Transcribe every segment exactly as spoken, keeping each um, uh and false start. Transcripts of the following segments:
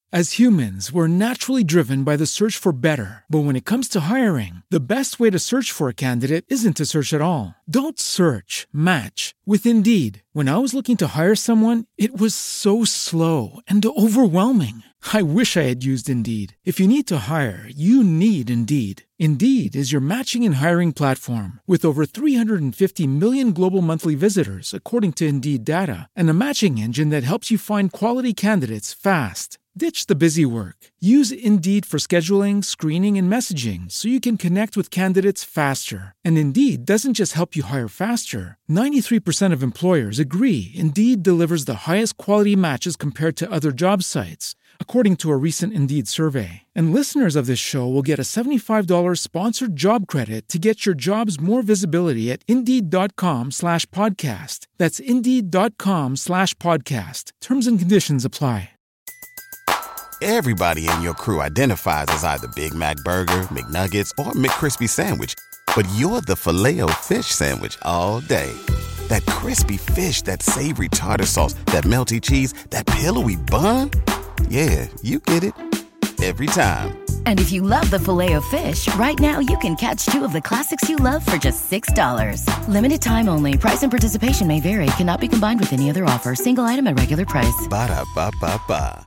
As humans, we're naturally driven by the search for better. But when it comes to hiring, the best way to search for a candidate isn't to search at all. Don't search, match with Indeed. When I was looking to hire someone, it was so slow and overwhelming. I wish I had used Indeed. If you need to hire, you need Indeed. Indeed is your matching and hiring platform with over three hundred fifty million global monthly visitors, according to Indeed data, and a matching engine that helps you find quality candidates fast. Ditch the busy work. Use Indeed for scheduling, screening, and messaging so you can connect with candidates faster. And Indeed doesn't just help you hire faster. ninety-three percent of employers agree Indeed delivers the highest quality matches compared to other job sites, according to a recent Indeed survey. And listeners of this show will get a seventy-five dollars sponsored job credit to get your jobs more visibility at Indeed.com slash podcast. That's Indeed.com slash podcast. Terms and conditions apply. Everybody in your crew identifies as either Big Mac Burger, McNuggets, or McCrispy Sandwich. But you're the Filet-O-Fish Sandwich all day. That crispy fish, that savory tartar sauce, that melty cheese, that pillowy bun. Yeah, you get it. Every time. And if you love the Filet-O-Fish, right now you can catch two of the classics you love for just six dollars. Limited time only. Price and participation may vary. Cannot be combined with any other offer. Single item at regular price. Ba-da-ba-ba-ba.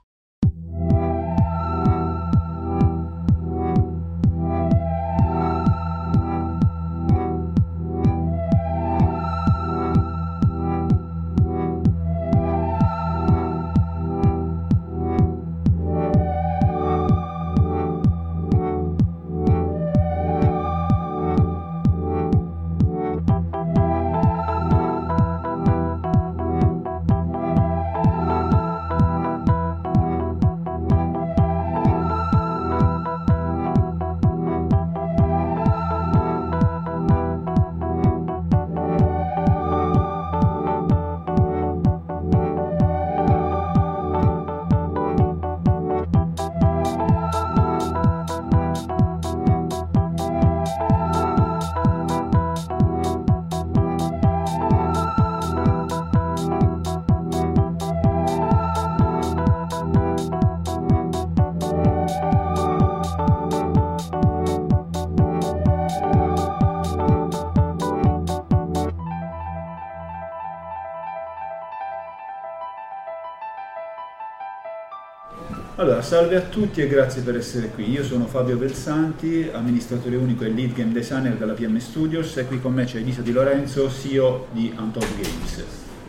Allora, salve a tutti e grazie per essere qui. Io sono Fabio Belsanti, amministratore unico e lead game designer della P M Studios, e qui con me c'è Elisa Di Lorenzo, C E O di Untold Games.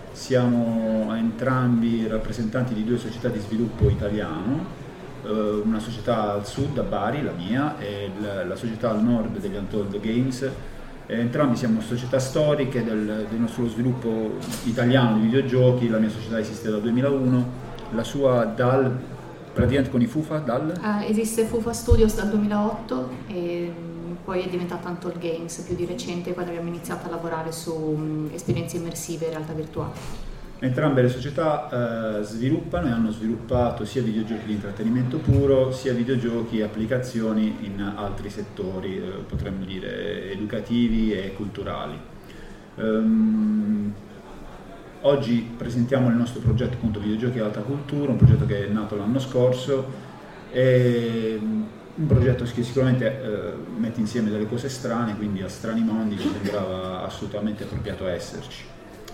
Siamo entrambi rappresentanti di due società di sviluppo italiano, una società al sud, a Bari, la mia, e la società al nord degli Untold Games. Entrambi siamo società storiche del, del nostro sviluppo italiano di videogiochi. La mia società esiste dal duemilauno, la sua dal... praticamente con i FUFA dal? Uh, esiste FUFA Studios dal duemilaotto e poi è diventata Untold Games più di recente, quando abbiamo iniziato a lavorare su um, esperienze immersive e realtà virtuale. Entrambe le società uh, sviluppano e hanno sviluppato sia videogiochi di intrattenimento puro, sia videogiochi e applicazioni in altri settori, uh, potremmo dire educativi e culturali. Um, Oggi presentiamo il nostro progetto, appunto, Videogiochi e Alta Cultura, un progetto che è nato l'anno scorso, e un progetto che sicuramente eh, mette insieme delle cose strane, quindi a strani mondi ci sembrava assolutamente appropriato esserci.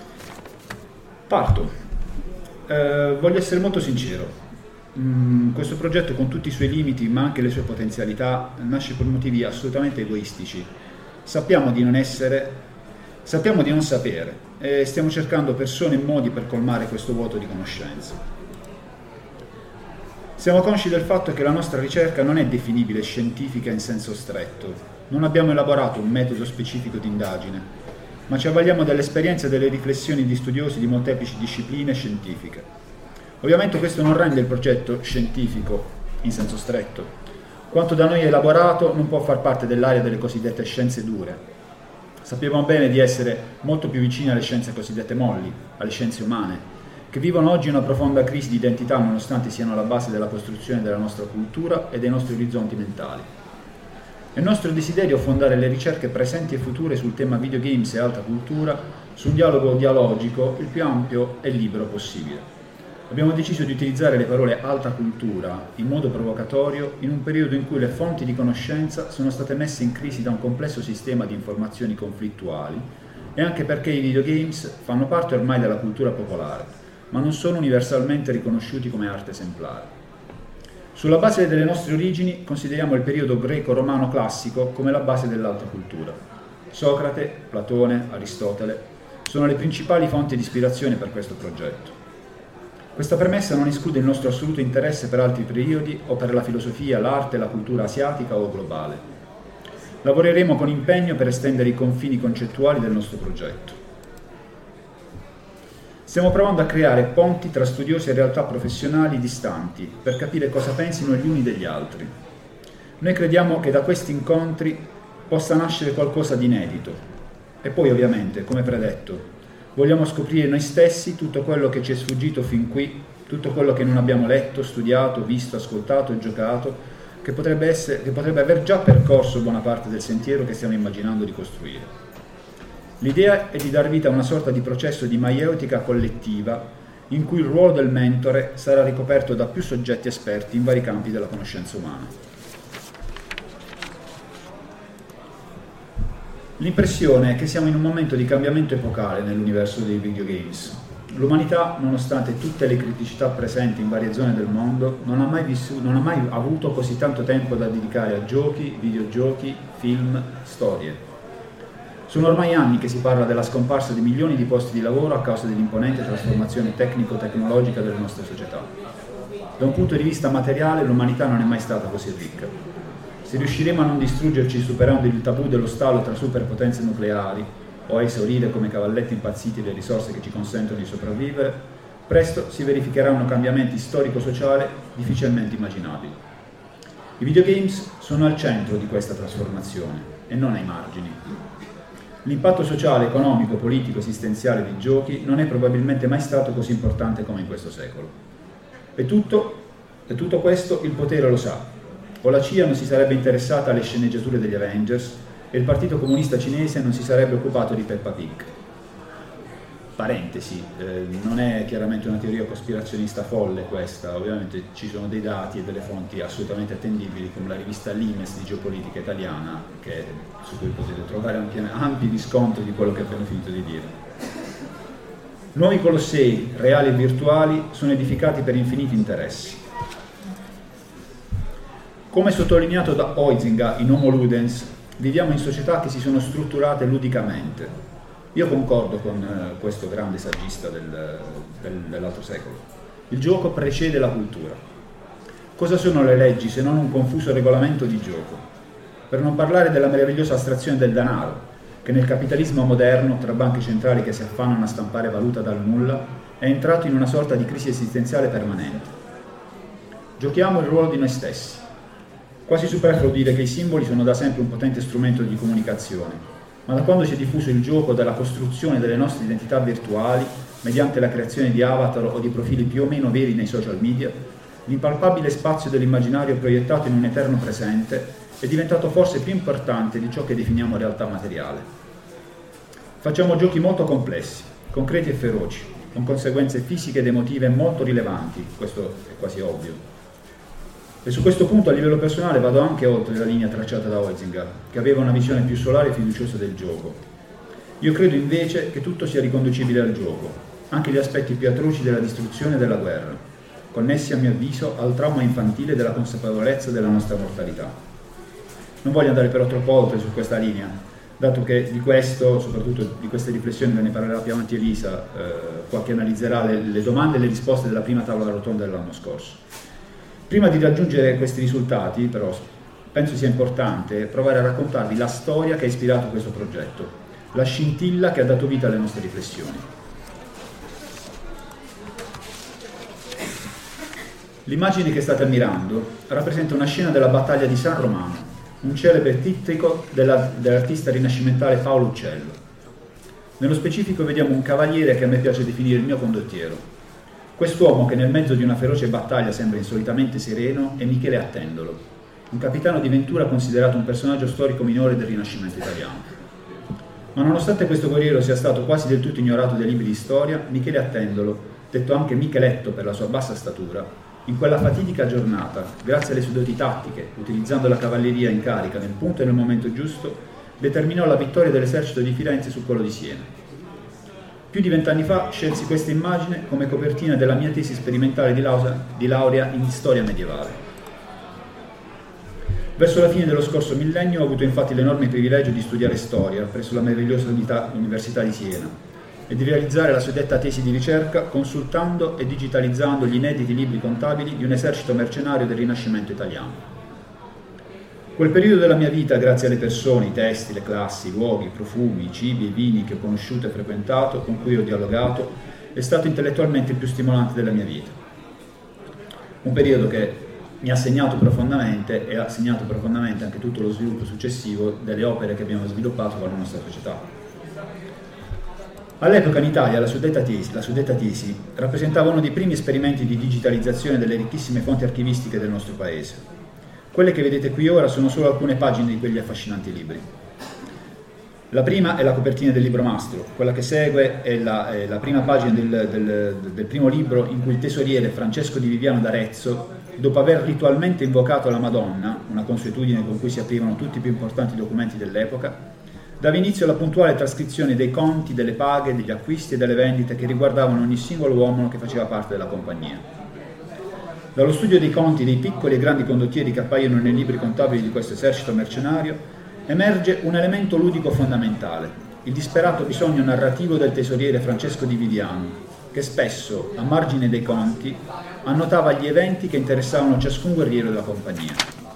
Parto. Eh, voglio essere molto sincero. Mm, questo progetto, con tutti i suoi limiti ma anche le sue potenzialità, nasce per motivi assolutamente egoistici. Sappiamo di non essere... Sappiamo di non sapere e stiamo cercando persone e modi per colmare questo vuoto di conoscenza. Siamo consci del fatto che la nostra ricerca non è definibile scientifica in senso stretto. Non abbiamo elaborato un metodo specifico di indagine, ma ci avvaliamo dell'esperienza e delle riflessioni di studiosi di molteplici discipline scientifiche. Ovviamente questo non rende il progetto scientifico in senso stretto. Quanto da noi elaborato non può far parte dell'area delle cosiddette scienze dure. Sappiamo bene di essere molto più vicini alle scienze cosiddette molli, alle scienze umane, che vivono oggi una profonda crisi di identità nonostante siano alla base della costruzione della nostra cultura e dei nostri orizzonti mentali. È nostro desiderio fondare le ricerche presenti e future sul tema videogames e alta cultura su un dialogo dialogico il più ampio e libero possibile. Abbiamo deciso di utilizzare le parole alta cultura in modo provocatorio in un periodo in cui le fonti di conoscenza sono state messe in crisi da un complesso sistema di informazioni conflittuali e anche perché i videogames fanno parte ormai della cultura popolare, ma non sono universalmente riconosciuti come arte esemplare. Sulla base delle nostre origini consideriamo il periodo greco-romano classico come la base dell'alta cultura. Socrate, Platone, Aristotele sono le principali fonti di ispirazione per questo progetto. Questa premessa non esclude il nostro assoluto interesse per altri periodi o per la filosofia, l'arte e la cultura asiatica o globale. Lavoreremo con impegno per estendere i confini concettuali del nostro progetto. Stiamo provando a creare ponti tra studiosi e realtà professionali distanti per capire cosa pensino gli uni degli altri. Noi crediamo che da questi incontri possa nascere qualcosa di inedito. E poi, ovviamente, come predetto, vogliamo scoprire noi stessi tutto quello che ci è sfuggito fin qui, tutto quello che non abbiamo letto, studiato, visto, ascoltato e giocato, che potrebbe, essere, che potrebbe aver già percorso buona parte del sentiero che stiamo immaginando di costruire. L'idea è di dar vita a una sorta di processo di maieutica collettiva in cui il ruolo del mentore sarà ricoperto da più soggetti esperti in vari campi della conoscenza umana. L'impressione è che siamo in un momento di cambiamento epocale nell'universo dei videogames. L'umanità, nonostante tutte le criticità presenti in varie zone del mondo, non ha mai vissuto, non ha mai avuto così tanto tempo da dedicare a giochi, videogiochi, film, storie. Sono ormai anni che si parla della scomparsa di milioni di posti di lavoro a causa dell'imponente trasformazione tecnico-tecnologica delle nostre società. Da un punto di vista materiale, l'umanità non è mai stata così ricca. Se riusciremo a non distruggerci superando il tabù dello stallo tra superpotenze nucleari o a esaurire come cavalletti impazziti le risorse che ci consentono di sopravvivere, presto si verificheranno cambiamenti storico-sociali difficilmente immaginabili. I videogames sono al centro di questa trasformazione e non ai margini. L'impatto sociale, economico, politico, esistenziale dei giochi non è probabilmente mai stato così importante come in questo secolo. E tutto, e tutto questo il potere lo sa. O la C I A non si sarebbe interessata alle sceneggiature degli Avengers e il Partito Comunista Cinese non si sarebbe occupato di Peppa Pig. Parentesi, eh, non è chiaramente una teoria cospirazionista folle questa, ovviamente ci sono dei dati e delle fonti assolutamente attendibili come la rivista Limes di geopolitica italiana, che, su cui potete trovare anche ampi riscontri di quello che abbiamo finito di dire. Nuovi Colossei, reali e virtuali, sono edificati per infiniti interessi. Come sottolineato da Huizinga in Homo Ludens, viviamo in società che si sono strutturate ludicamente. Io concordo con eh, questo grande saggista del, del, dell'altro secolo. Il gioco precede la cultura. Cosa sono le leggi se non un confuso regolamento di gioco? Per non parlare della meravigliosa astrazione del denaro, che nel capitalismo moderno, tra banche centrali che si affannano a stampare valuta dal nulla, è entrato in una sorta di crisi esistenziale permanente. Giochiamo il ruolo di noi stessi. Quasi superfluo dire che i simboli sono da sempre un potente strumento di comunicazione, ma da quando si è diffuso il gioco della costruzione delle nostre identità virtuali, mediante la creazione di avatar o di profili più o meno veri nei social media, l'impalpabile spazio dell'immaginario proiettato in un eterno presente è diventato forse più importante di ciò che definiamo realtà materiale. Facciamo giochi molto complessi, concreti e feroci, con conseguenze fisiche ed emotive molto rilevanti, questo è quasi ovvio. E su questo punto a livello personale vado anche oltre la linea tracciata da Huizinga, che aveva una visione più solare e fiduciosa del gioco. Io credo invece che tutto sia riconducibile al gioco, anche gli aspetti più atroci della distruzione e della guerra, connessi a mio avviso al trauma infantile della consapevolezza della nostra mortalità. Non voglio andare però troppo oltre su questa linea, dato che di questo, soprattutto di queste riflessioni, ve ne parlerà più avanti Elisa, eh, qua che analizzerà le, le domande e le risposte della prima tavola rotonda dell'anno scorso. Prima di raggiungere questi risultati, però, penso sia importante provare a raccontarvi la storia che ha ispirato questo progetto, la scintilla che ha dato vita alle nostre riflessioni. L'immagine che state ammirando rappresenta una scena della battaglia di San Romano, un celebre trittico della, dell'artista rinascimentale Paolo Uccello. Nello specifico vediamo un cavaliere che a me piace definire il mio condottiero. Quest'uomo che nel mezzo di una feroce battaglia sembra insolitamente sereno è Michele Attendolo, un capitano di Ventura considerato un personaggio storico minore del Rinascimento italiano. Ma nonostante questo guerriero sia stato quasi del tutto ignorato dai libri di storia, Michele Attendolo detto anche Micheletto per la sua bassa statura, in quella fatidica giornata, grazie alle sue doti tattiche, utilizzando la cavalleria in carica nel punto e nel momento giusto, determinò la vittoria dell'esercito di Firenze su quello di Siena. Più di vent'anni fa scelsi questa immagine come copertina della mia tesi sperimentale di laurea, di laurea in storia medievale. Verso la fine dello scorso millennio ho avuto infatti l'enorme privilegio di studiare storia presso la meravigliosa Università di Siena e di realizzare la suddetta tesi di ricerca consultando e digitalizzando gli inediti libri contabili di un esercito mercenario del Rinascimento italiano. Quel periodo della mia vita, grazie alle persone, i testi, le classi, i luoghi, i profumi, i cibi e i vini che ho conosciuto e frequentato, con cui ho dialogato, è stato intellettualmente il più stimolante della mia vita. Un periodo che mi ha segnato profondamente e ha segnato profondamente anche tutto lo sviluppo successivo delle opere che abbiamo sviluppato con la nostra società. All'epoca in Italia la suddetta tesi, la suddetta tesi rappresentava uno dei primi esperimenti di digitalizzazione delle ricchissime fonti archivistiche del nostro paese. Quelle che vedete qui ora sono solo alcune pagine di quegli affascinanti libri. La prima è la copertina del libro mastro, quella che segue è la, è la prima pagina del, del, del primo libro in cui il tesoriere Francesco di Viviano d'Arezzo, dopo aver ritualmente invocato la Madonna, una consuetudine con cui si aprivano tutti i più importanti documenti dell'epoca, dava inizio alla puntuale trascrizione dei conti, delle paghe, degli acquisti e delle vendite che riguardavano ogni singolo uomo che faceva parte della compagnia. Dallo studio dei conti dei piccoli e grandi condottieri che appaiono nei libri contabili di questo esercito mercenario, emerge un elemento ludico fondamentale, il disperato bisogno narrativo del tesoriere Francesco di Viviano, che spesso, a margine dei conti, annotava gli eventi che interessavano ciascun guerriero della compagnia.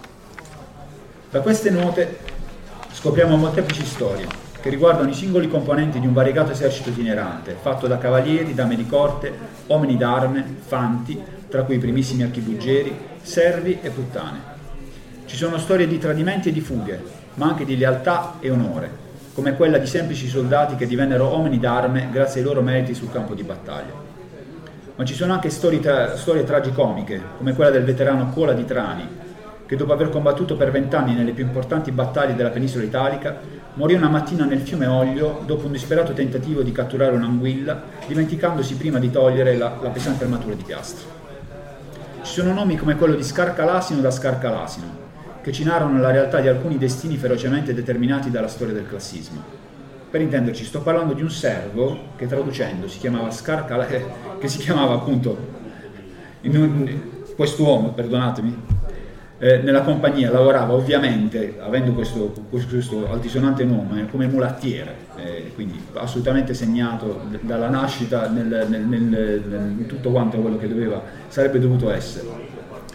Da queste note scopriamo molteplici storie che riguardano i singoli componenti di un variegato esercito itinerante, fatto da cavalieri, dame di corte, uomini d'arme, fanti, tra cui i primissimi archibugieri, servi e puttane. Ci sono storie di tradimenti e di fughe, ma anche di lealtà e onore, come quella di semplici soldati che divennero uomini d'arme grazie ai loro meriti sul campo di battaglia. Ma ci sono anche storie, tra, storie tragicomiche, come quella del veterano Cola di Trani, che dopo aver combattuto per vent'anni nelle più importanti battaglie della penisola italica, morì una mattina nel fiume Oglio dopo un disperato tentativo di catturare un'anguilla, dimenticandosi prima di togliere la, la pesante armatura di piastre. Ci sono nomi come quello di Scarcalasino da Scarcalasino, che ci narrano la realtà di alcuni destini ferocemente determinati dalla storia del classismo. Per intenderci, sto parlando di un servo che traducendo si chiamava Scarcala, che si chiamava appunto in un, quest'uomo, perdonatemi, eh, nella compagnia lavorava ovviamente, avendo questo, questo altisonante nome, come mulattiere, eh, quindi assolutamente segnato dalla nascita nel, nel, nel, nel, in tutto quanto quello che doveva, sarebbe dovuto essere.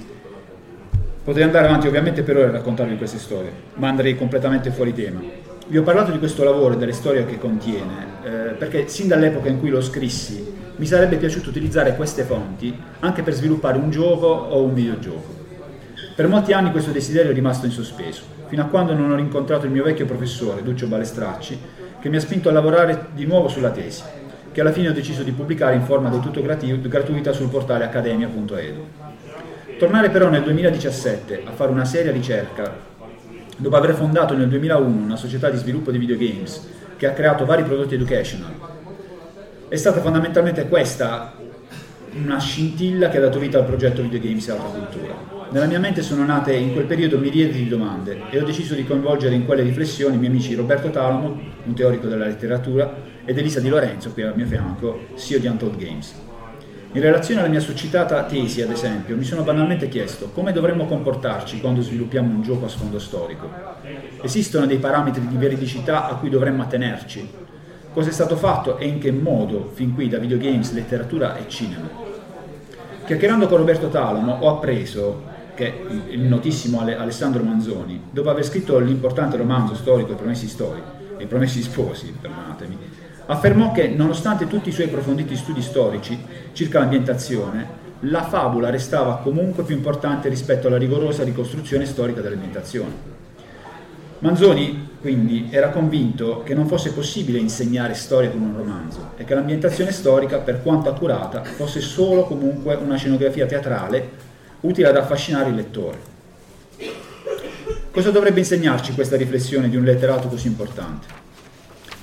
Potrei andare avanti ovviamente per ore a raccontarvi queste storie, ma andrei completamente fuori tema. Vi ho parlato di questo lavoro e delle storie che contiene, eh, perché sin dall'epoca in cui lo scrissi mi sarebbe piaciuto utilizzare queste fonti anche per sviluppare un gioco o un videogioco. Per molti anni questo desiderio è rimasto in sospeso, fino a quando non ho rincontrato il mio vecchio professore, Duccio Balestracci, che mi ha spinto a lavorare di nuovo sulla tesi, che alla fine ho deciso di pubblicare in forma del tutto gratuita sul portale accademia punto edu. Tornare però nel duemiladiciassette a fare una seria ricerca, dopo aver fondato nel duemilauno una società di sviluppo di videogames che ha creato vari prodotti educational, è stata fondamentalmente questa una scintilla che ha dato vita al progetto Videogames e Alta Cultura. Nella mia mente sono nate in quel periodo miriadi di domande e ho deciso di coinvolgere in quelle riflessioni i miei amici Roberto Talamo, un teorico della letteratura, ed Elisa Di Lorenzo, qui al mio fianco, C E O di Untold Games. In relazione alla mia suscitata tesi, ad esempio, mi sono banalmente chiesto come dovremmo comportarci quando sviluppiamo un gioco a sfondo storico. Esistono dei parametri di veridicità a cui dovremmo attenerci? Cosa è stato fatto e in che modo fin qui da videogames, letteratura e cinema? Chiacchierando con Roberto Talamo ho appreso che il notissimo Alessandro Manzoni, dopo aver scritto l'importante romanzo storico I Promessi Storici, I Promessi Sposi, perdonatemi, affermò che, nonostante tutti i suoi approfonditi studi storici circa l'ambientazione, la fabula restava comunque più importante rispetto alla rigorosa ricostruzione storica dell'ambientazione. Manzoni, quindi, era convinto che non fosse possibile insegnare storia con un romanzo e che l'ambientazione storica, per quanto accurata, fosse solo comunque una scenografia teatrale utile ad affascinare il lettore. Cosa dovrebbe insegnarci questa riflessione di un letterato così importante?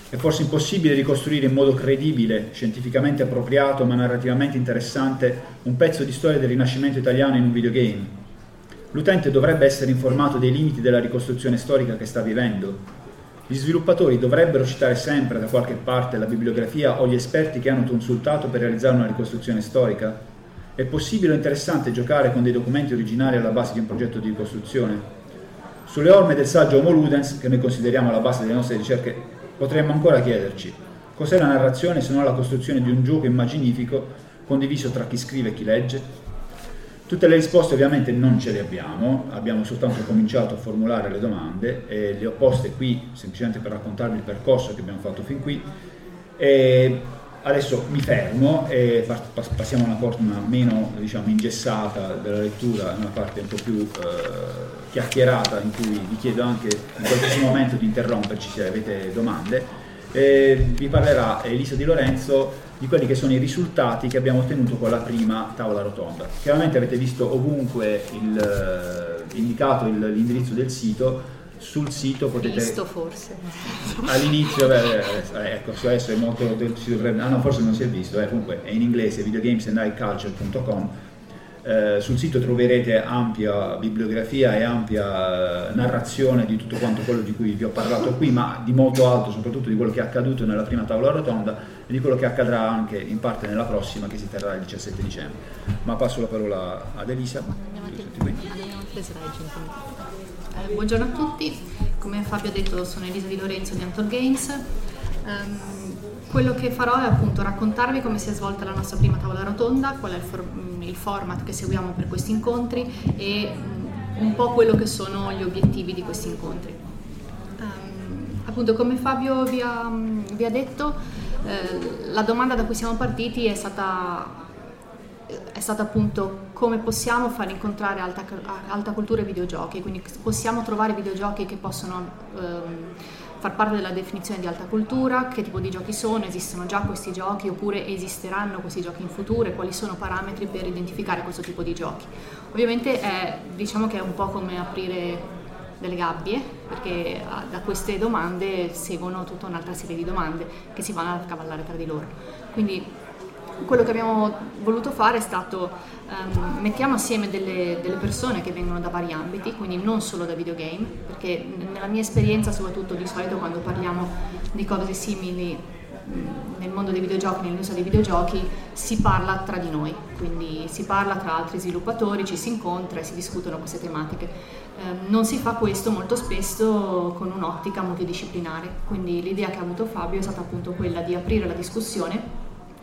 È forse impossibile ricostruire in modo credibile, scientificamente appropriato ma narrativamente interessante un pezzo di storia del Rinascimento italiano in un videogame. L'utente dovrebbe essere informato dei limiti della ricostruzione storica che sta vivendo. Gli sviluppatori dovrebbero citare sempre da qualche parte la bibliografia o gli esperti che hanno consultato per realizzare una ricostruzione storica. È possibile o interessante giocare con dei documenti originali alla base di un progetto di ricostruzione? Sulle orme del saggio Homo Ludens, che noi consideriamo la base delle nostre ricerche, potremmo ancora chiederci: cos'è la narrazione se non la costruzione di un gioco immaginifico condiviso tra chi scrive e chi legge? Tutte le risposte ovviamente non ce le abbiamo, abbiamo soltanto cominciato a formulare le domande e le ho poste qui semplicemente per raccontarvi il percorso che abbiamo fatto fin qui. E adesso mi fermo e passiamo a una parte meno, diciamo, ingessata della lettura, una parte un po' più eh, chiacchierata, in cui vi chiedo anche in qualsiasi momento di interromperci se avete domande. E vi parlerà Elisa Di Lorenzo di quelli che sono i risultati che abbiamo ottenuto con la prima tavola rotonda. Chiaramente avete visto ovunque il, indicato il, l'indirizzo del sito. Sul sito potete... Visto forse. All'inizio, beh, ecco, adesso è molto... Si dovrebbe, ah no, forse non si è visto, eh, comunque è in inglese, videogames and high culture punto com. Eh, sul sito troverete ampia bibliografia e ampia eh, narrazione di tutto quanto quello di cui vi ho parlato qui, ma di molto alto, soprattutto di quello che è accaduto nella prima tavola rotonda e di quello che accadrà anche in parte nella prossima, che si terrà il diciassette dicembre. Ma passo la parola ad Elisa. Eh, buongiorno a tutti, come Fabio ha detto sono Elisa Di Lorenzo di Antor Games. Um, quello che farò è appunto raccontarvi come si è svolta la nostra prima tavola rotonda, qual è il, for- il format che seguiamo per questi incontri e um, un po' quello che sono gli obiettivi di questi incontri. Um, appunto come Fabio vi ha, vi ha detto, eh, la domanda da cui siamo partiti è stata è stata appunto come possiamo far incontrare alta, alta cultura e videogiochi, quindi possiamo trovare videogiochi che possono ehm, far parte della definizione di alta cultura, che tipo di giochi sono, esistono già questi giochi oppure esisteranno questi giochi in futuro e quali sono i parametri per identificare questo tipo di giochi. Ovviamente è, diciamo che è un po' come aprire delle gabbie, perché da queste domande seguono tutta un'altra serie di domande che si vanno a accavallare tra di loro. Quindi quello che abbiamo voluto fare è stato um, mettiamo assieme delle, delle persone che vengono da vari ambiti, quindi non solo da videogame, perché nella mia esperienza, soprattutto di solito quando parliamo di cose simili mh, nel mondo dei videogiochi, nell'industria dei videogiochi, si parla tra di noi, quindi si parla tra altri sviluppatori, ci si incontra e si discutono queste tematiche. Um, non si fa questo molto spesso con un'ottica multidisciplinare, quindi l'idea che ha avuto Fabio è stata appunto quella di aprire la discussione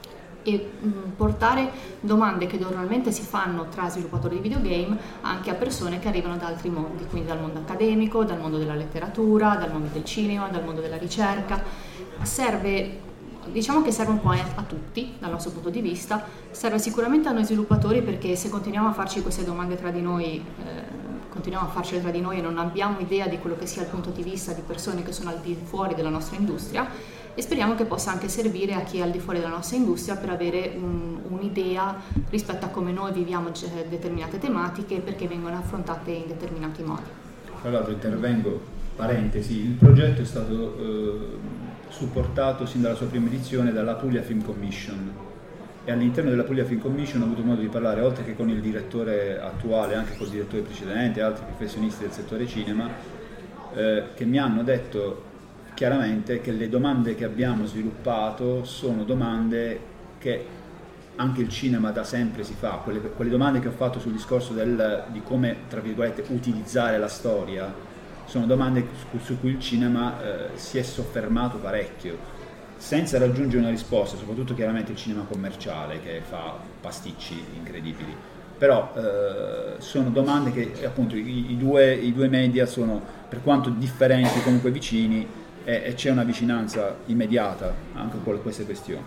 e mh, portare domande che normalmente si fanno tra sviluppatori di videogame anche a persone che arrivano da altri mondi, quindi dal mondo accademico, dal mondo della letteratura, dal mondo del cinema, dal mondo della ricerca. Serve, diciamo che serve un po' a tutti dal nostro punto di vista, serve sicuramente a noi sviluppatori, perché se continuiamo a farci queste domande tra di noi, eh, continuiamo a farcele tra di noi e non abbiamo idea di quello che sia il punto di vista di persone che sono al di fuori della nostra industria, e speriamo che possa anche servire a chi è al di fuori della nostra industria per avere un, un'idea rispetto a come noi viviamo determinate tematiche e perché vengono affrontate in determinati modi. Tra l'altro intervengo, parentesi, il progetto è stato eh, supportato sin dalla sua prima edizione dalla Puglia Film Commission, e all'interno della Puglia Film Commission ho avuto modo di parlare, oltre che con il direttore attuale, anche con il direttore precedente e altri professionisti del settore cinema, eh, che mi hanno detto chiaramente che le domande che abbiamo sviluppato sono domande che anche il cinema da sempre si fa. Quelle, quelle domande che ho fatto sul discorso del, di come, tra virgolette, utilizzare la storia, sono domande su, su cui il cinema eh, si è soffermato parecchio, senza raggiungere una risposta, soprattutto chiaramente il cinema commerciale che fa pasticci incredibili. Però eh, sono domande che appunto i, i, due, i due media sono, per quanto differenti, comunque vicini, e, e c'è una vicinanza immediata anche con queste questioni.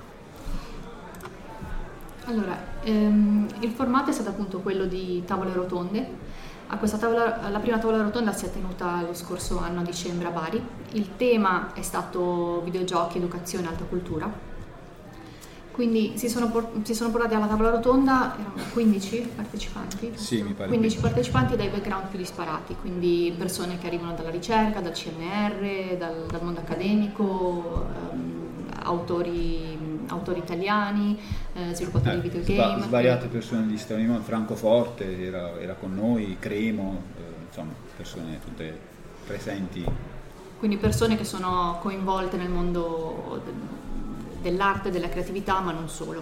Allora, ehm, il formato è stato appunto quello di tavole rotonde. A questa tavola, la prima tavola rotonda si è tenuta lo scorso anno a dicembre a Bari. Il tema è stato videogiochi, educazione, alta cultura. Quindi si sono, por- si sono portati alla tavola rotonda, erano quindici partecipanti? Sì, mi pare. quindici partecipanti dai background più disparati, quindi persone che arrivano dalla ricerca, dal C N R, dal, dal mondo accademico, ehm, autori, autori italiani, eh, sviluppatori Eh, di videogame. sva- svariate persone di strano, Francoforte era, era con noi, Cremo, eh, insomma, persone tutte presenti. Quindi persone che sono coinvolte nel mondo dell'arte e della creatività, ma non solo.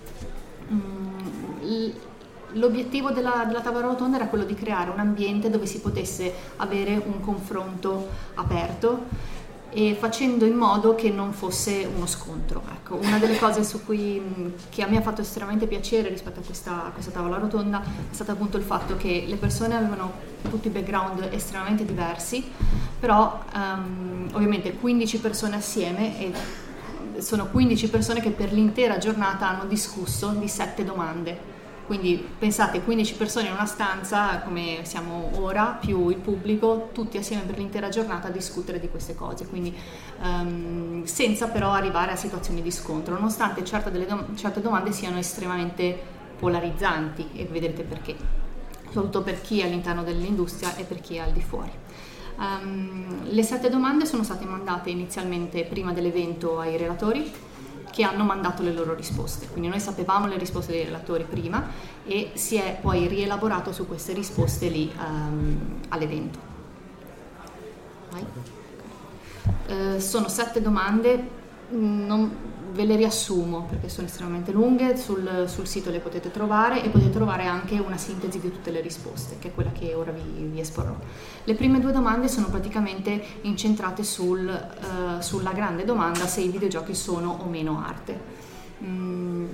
L'obiettivo della, della tavola rotonda era quello di creare un ambiente dove si potesse avere un confronto aperto e facendo in modo che non fosse uno scontro. Ecco, una delle cose su cui, che a me ha fatto estremamente piacere rispetto a questa, a questa tavola rotonda è stato appunto il fatto che le persone avevano tutti background estremamente diversi, però um, ovviamente quindici persone assieme, e sono quindici persone che per l'intera giornata hanno discusso di sette domande. Quindi pensate, quindici persone in una stanza come siamo ora, più il pubblico, tutti assieme per l'intera giornata a discutere di queste cose, quindi um, senza però arrivare a situazioni di scontro, nonostante certe, delle dom- certe domande siano estremamente polarizzanti, e vedrete perché, soprattutto per chi è all'interno dell'industria e per chi è al di fuori. Um, le sette domande sono state mandate inizialmente prima dell'evento ai relatori, che hanno mandato le loro risposte, quindi noi sapevamo le risposte dei relatori prima e si è poi rielaborato su queste risposte lì um, all'evento. Vai. Uh, sono sette domande, non ve le riassumo perché sono estremamente lunghe, sul, sul sito le potete trovare e potete trovare anche una sintesi di tutte le risposte, che è quella che ora vi, vi esporrò. Le prime due domande sono praticamente incentrate sul, uh, sulla grande domanda se i videogiochi sono o meno arte. Mm.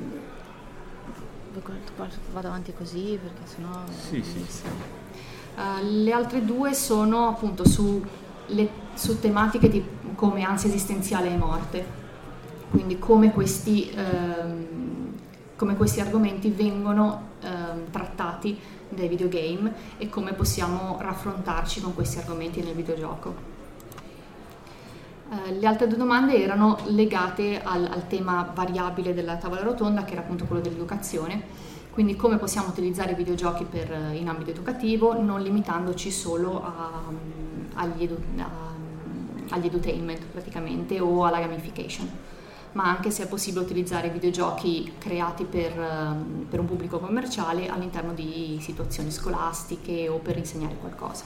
Vado avanti così perché sennò... Sì, sì. Uh, le altre due sono appunto su, le, su tematiche di, come ansia esistenziale e morte. Quindi come questi, ehm, come questi argomenti vengono ehm, trattati dai videogame e come possiamo raffrontarci con questi argomenti nel videogioco. Eh, le altre due domande erano legate al, al tema variabile della tavola rotonda, che era appunto quello dell'educazione, quindi come possiamo utilizzare i videogiochi per, in ambito educativo, non limitandoci solo a, agli, edu, a, agli edutainment praticamente o alla gamification, ma anche se è possibile utilizzare videogiochi creati per, per un pubblico commerciale all'interno di situazioni scolastiche o per insegnare qualcosa.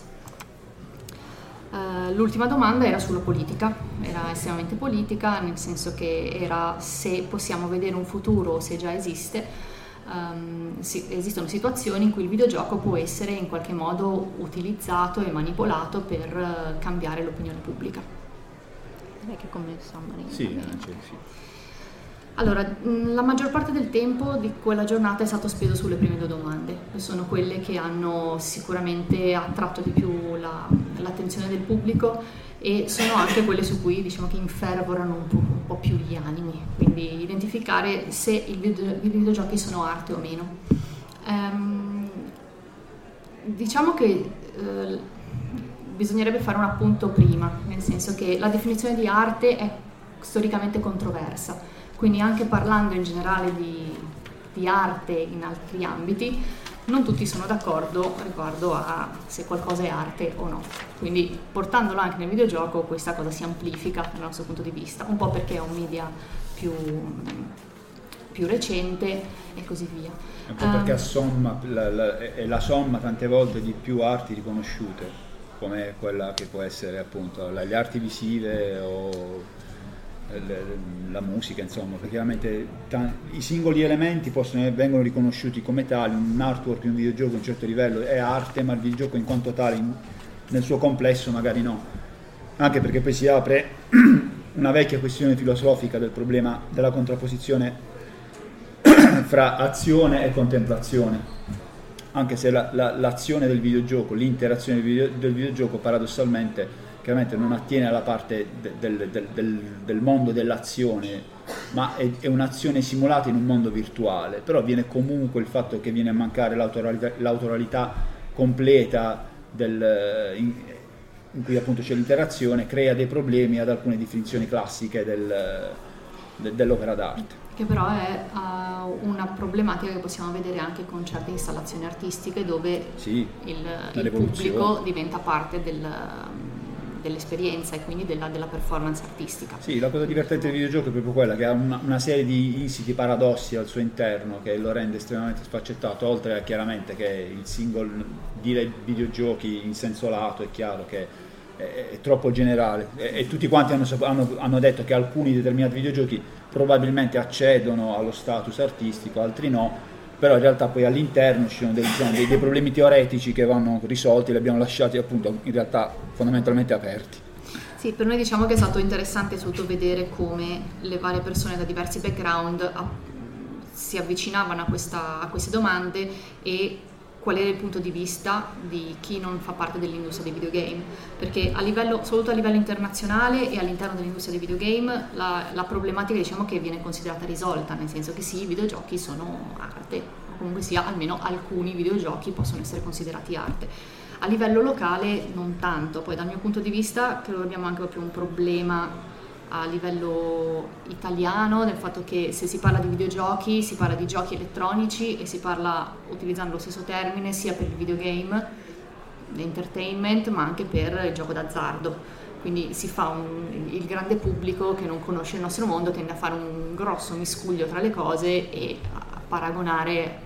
Uh, l'ultima domanda era sulla politica, era estremamente politica, nel senso che era se possiamo vedere un futuro o se già esiste, um, si, esistono situazioni in cui il videogioco può essere in qualche modo utilizzato e manipolato per uh, cambiare l'opinione pubblica. Che come summary. Sì, sì. Allora, la maggior parte del tempo di quella giornata è stato speso sulle prime due domande, che sono quelle che hanno sicuramente attratto di più la, l'attenzione del pubblico e sono anche quelle su cui diciamo che infervorano un po', un po' più gli animi, quindi identificare se il video, i videogiochi sono arte o meno. Ehm, diciamo che eh, bisognerebbe fare un appunto prima, nel senso che la definizione di arte è storicamente controversa, quindi anche parlando in generale di, di arte in altri ambiti, non tutti sono d'accordo riguardo a se qualcosa è arte o no. Quindi portandolo anche nel videogioco questa cosa si amplifica dal nostro punto di vista, un po' perché è un media più, più recente e così via. Un po' perché assomma, la, la, è la somma tante volte di più arti riconosciute, come quella che può essere appunto le arti visive o la musica, insomma, perché chiaramente t- i singoli elementi possono, vengono riconosciuti come tali. Un artwork di un videogioco a un certo livello è arte, ma il videogioco in quanto tale in, nel suo complesso magari no, anche perché poi si apre una vecchia questione filosofica del problema della contrapposizione fra azione e contemplazione, anche se la, la, l'azione del videogioco, l'interazione del, video, del videogioco paradossalmente chiaramente non attiene alla parte de, del, del, del, del mondo dell'azione, ma è, è un'azione simulata in un mondo virtuale, però viene comunque il fatto che viene a mancare l'autoralità, l'autoralità completa del, in, in cui appunto c'è l'interazione, crea dei problemi ad alcune definizioni classiche del, de, dell'opera d'arte. che però è uh, una problematica che possiamo vedere anche con certe installazioni artistiche dove sì, il, il pubblico diventa parte del, dell'esperienza e quindi della, della performance artistica. Sì, la cosa divertente del videogioco è proprio quella che ha una, una serie di insiti paradossi al suo interno che lo rende estremamente sfaccettato, oltre a chiaramente che il single, dire videogiochi in senso lato è chiaro che è, è troppo generale e, e tutti quanti hanno, hanno, hanno detto che alcuni determinati videogiochi probabilmente accedono allo status artistico, altri no, però in realtà poi all'interno ci sono dei, diciamo, dei, dei problemi teoretici che vanno risolti, li abbiamo lasciati appunto in realtà fondamentalmente aperti. Sì, per noi diciamo che è stato interessante sotto vedere come le varie persone da diversi background a, si avvicinavano a, questa, a queste domande e qual era il punto di vista di chi non fa parte dell'industria dei videogame, perché a livello, soprattutto a livello internazionale e all'interno dell'industria dei videogame la, la problematica diciamo che viene considerata risolta, nel senso che sì, i videogiochi sono arte, o comunque sia almeno alcuni videogiochi possono essere considerati arte. A livello locale non tanto, poi dal mio punto di vista credo che abbiamo anche proprio un problema a livello italiano del fatto che se si parla di videogiochi si parla di giochi elettronici e si parla utilizzando lo stesso termine sia per il videogame, l'entertainment, ma anche per il gioco d'azzardo. Quindi si fa un, il grande pubblico che non conosce il nostro mondo tende a fare un grosso miscuglio tra le cose e a paragonare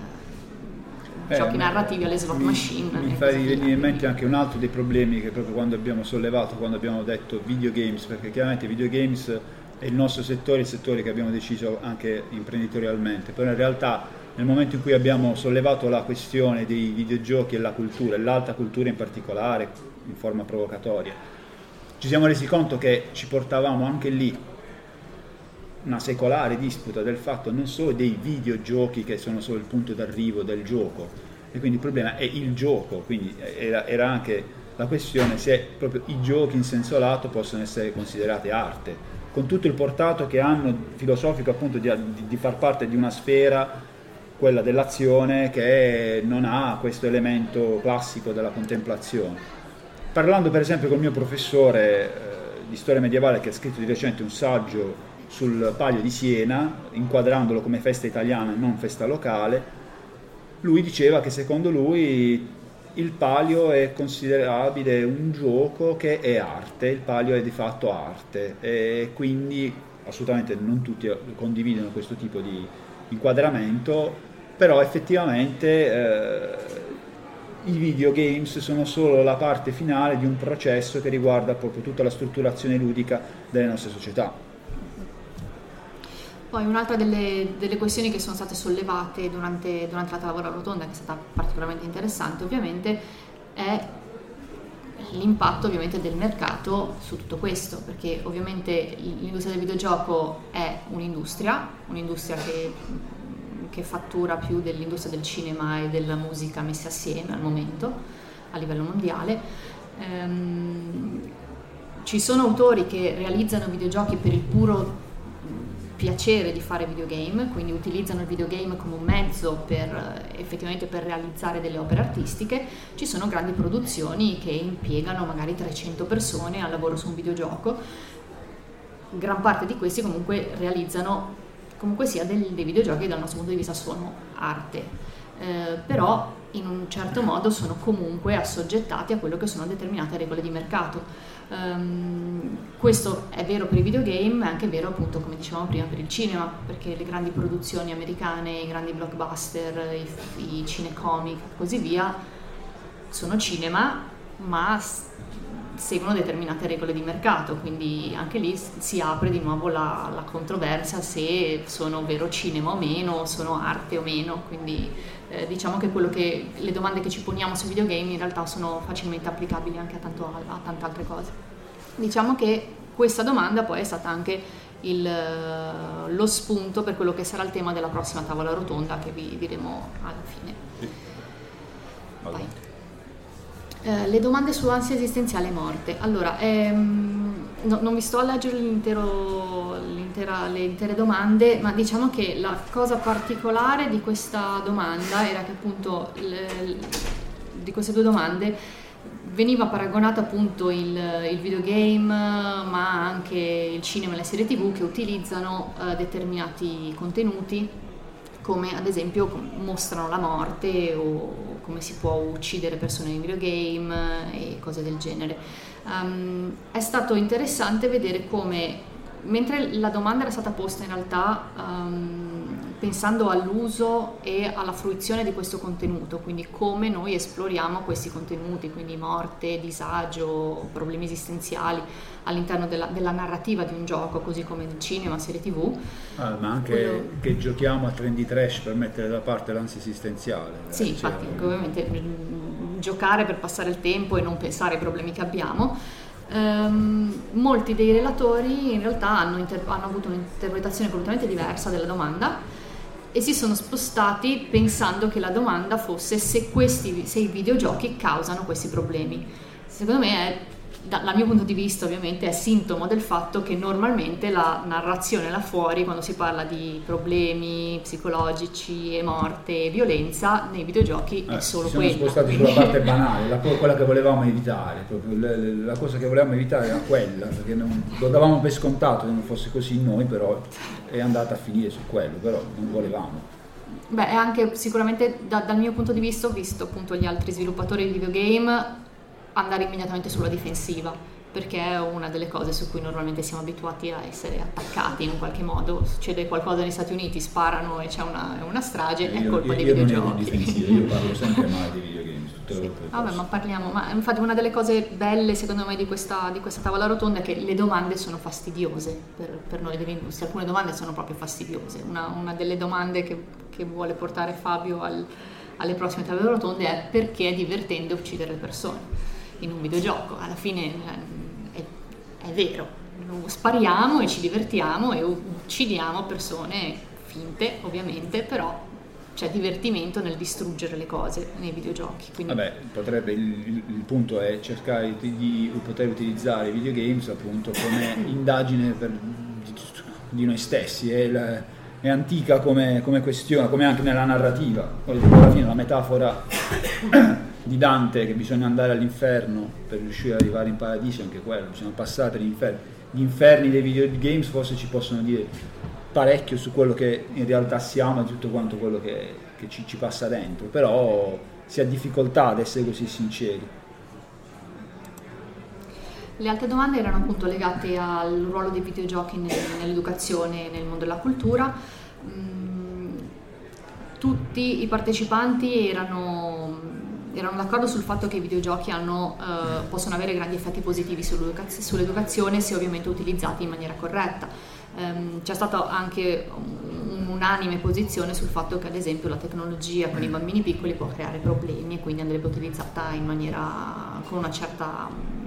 Eh, giochi narrativi alle slot mi, machine. Mi fa venire in mente anche un altro dei problemi che proprio quando abbiamo sollevato, quando abbiamo detto videogames, perché chiaramente videogames è il nostro settore, il settore che abbiamo deciso anche imprenditorialmente, però in realtà nel momento in cui abbiamo sollevato la questione dei videogiochi e la cultura, e l'alta cultura in particolare, in forma provocatoria, ci siamo resi conto che ci portavamo anche lì una secolare disputa del fatto non solo dei videogiochi che sono solo il punto d'arrivo del gioco, e quindi il problema è il gioco, quindi era, era anche la questione se proprio i giochi in senso lato possono essere considerati arte, con tutto il portato che hanno filosofico appunto di, di, di far parte di una sfera, quella dell'azione, che non ha questo elemento classico della contemplazione. Parlando per esempio col mio professore eh, di storia medievale che ha scritto di recente un saggio sul Palio di Siena, inquadrandolo come festa italiana e non festa locale, lui diceva che secondo lui il Palio è considerabile un gioco che è arte, il Palio è di fatto arte, e quindi assolutamente non tutti condividono questo tipo di inquadramento, però effettivamente eh, i videogames sono solo la parte finale di un processo che riguarda proprio tutta la strutturazione ludica delle nostre società. Poi un'altra delle, delle questioni che sono state sollevate durante, durante la tavola rotonda, che è stata particolarmente interessante ovviamente, è l'impatto ovviamente del mercato su tutto questo, perché ovviamente l'industria del videogioco è un'industria, un'industria che, che fattura più dell'industria del cinema e della musica messi assieme al momento, a livello mondiale. Ehm, ci sono autori che realizzano videogiochi per il puro piacere di fare videogame, quindi utilizzano il videogame come un mezzo per effettivamente per realizzare delle opere artistiche. Ci sono grandi produzioni che impiegano magari trecento persone al lavoro su un videogioco. Gran parte di questi comunque realizzano comunque sia del, dei videogiochi che dal nostro punto di vista sono arte, eh, però in un certo modo sono comunque assoggettati a quello che sono determinate regole di mercato. Um, questo è vero per i videogame, è anche vero appunto, come dicevamo prima, per il cinema, perché le grandi produzioni americane, i grandi blockbuster, i, i cinecomic e così via sono cinema, ma s- seguono determinate regole di mercato, quindi anche lì si apre di nuovo la, la controversia se sono vero cinema o meno, sono arte o meno, quindi eh, diciamo che quello che le domande che ci poniamo sui videogame in realtà sono facilmente applicabili anche a, tanto, a, a tante altre cose. Diciamo che questa domanda poi è stata anche il, lo spunto per quello che sarà il tema della prossima tavola rotonda che vi diremo alla fine. Sì. Vai. Eh, le domande su ansia esistenziale e morte. Allora, ehm, no, non vi sto a leggere l'intero, l'intera, le intere domande, ma diciamo che la cosa particolare di questa domanda era che appunto le, di queste due domande veniva paragonato appunto il, il videogame, ma anche il cinema e le serie tv che utilizzano uh, determinati contenuti, come ad esempio mostrano la morte o come si può uccidere persone nei videogame e cose del genere. Um, è stato interessante vedere come, mentre la domanda era stata posta in realtà um, pensando all'uso e alla fruizione di questo contenuto, quindi come noi esploriamo questi contenuti, quindi morte, disagio, problemi esistenziali all'interno della, della narrativa di un gioco, così come nel cinema, serie tv. Ah, ma anche quello... che giochiamo a trendy trash per mettere da parte l'ansia esistenziale. Sì, cioè, infatti, ovviamente mh, giocare per passare il tempo e non pensare ai problemi che abbiamo. Um, molti dei relatori in realtà hanno, inter- hanno avuto un'interpretazione completamente diversa della domanda e si sono spostati pensando che la domanda fosse se, questi, se i videogiochi causano questi problemi. Secondo me è, dal mio punto di vista ovviamente, è sintomo del fatto che normalmente la narrazione là fuori, quando si parla di problemi psicologici e morte e violenza, nei videogiochi eh, è solo si quella. Siamo spostati sulla parte banale, la, quella che volevamo evitare, proprio la, la cosa che volevamo evitare era quella, perché non, lo davamo per scontato che non fosse così in noi, però è andata a finire su quello, però non volevamo. Beh, è anche sicuramente da, dal mio punto di vista, visto appunto gli altri sviluppatori di videogame, andare immediatamente sulla difensiva, perché è una delle cose su cui normalmente siamo abituati a essere attaccati in un qualche modo. Succede qualcosa negli Stati Uniti, sparano e c'è una, una strage, io, è colpa io, dei io videogiochi. Non è di difensiva, io parlo sempre male dei videogame. Tutte sì. le volte Vabbè, ma parliamo, ma infatti una delle cose belle secondo me di questa, di questa tavola rotonda è che le domande sono fastidiose per, per noi dell'industria, alcune domande sono proprio fastidiose. Una, una delle domande che, che vuole portare Fabio al, alle prossime tavole rotonde è: perché è divertente uccidere le persone in un videogioco? Alla fine è, è vero, spariamo e ci divertiamo e uccidiamo persone finte ovviamente, però c'è divertimento nel distruggere le cose nei videogiochi. Quindi... Vabbè, potrebbe, il, il, il punto è cercare di, di poter utilizzare i videogames appunto come indagine per, di, di noi stessi, è, la, è antica come, come questione, come anche nella narrativa. Alla fine la metafora di Dante che bisogna andare all'inferno per riuscire ad arrivare in paradiso è anche quello, bisogna passare per l'inferno. Gli inferni dei videogames forse ci possono dire parecchio su quello che in realtà siamo e tutto quanto quello che, che ci, ci passa dentro, però si ha difficoltà ad essere così sinceri. Le altre domande erano appunto legate al ruolo dei videogiochi nel, nell'educazione e nel mondo della cultura. Mm, tutti i partecipanti erano erano d'accordo sul fatto che i videogiochi hanno, eh, possono avere grandi effetti positivi sull'educaz- sull'educazione se ovviamente utilizzati in maniera corretta. Um, c'è stata anche un'unanime posizione sul fatto che ad esempio la tecnologia con i bambini piccoli può creare problemi e quindi andrebbe utilizzata in maniera con una certa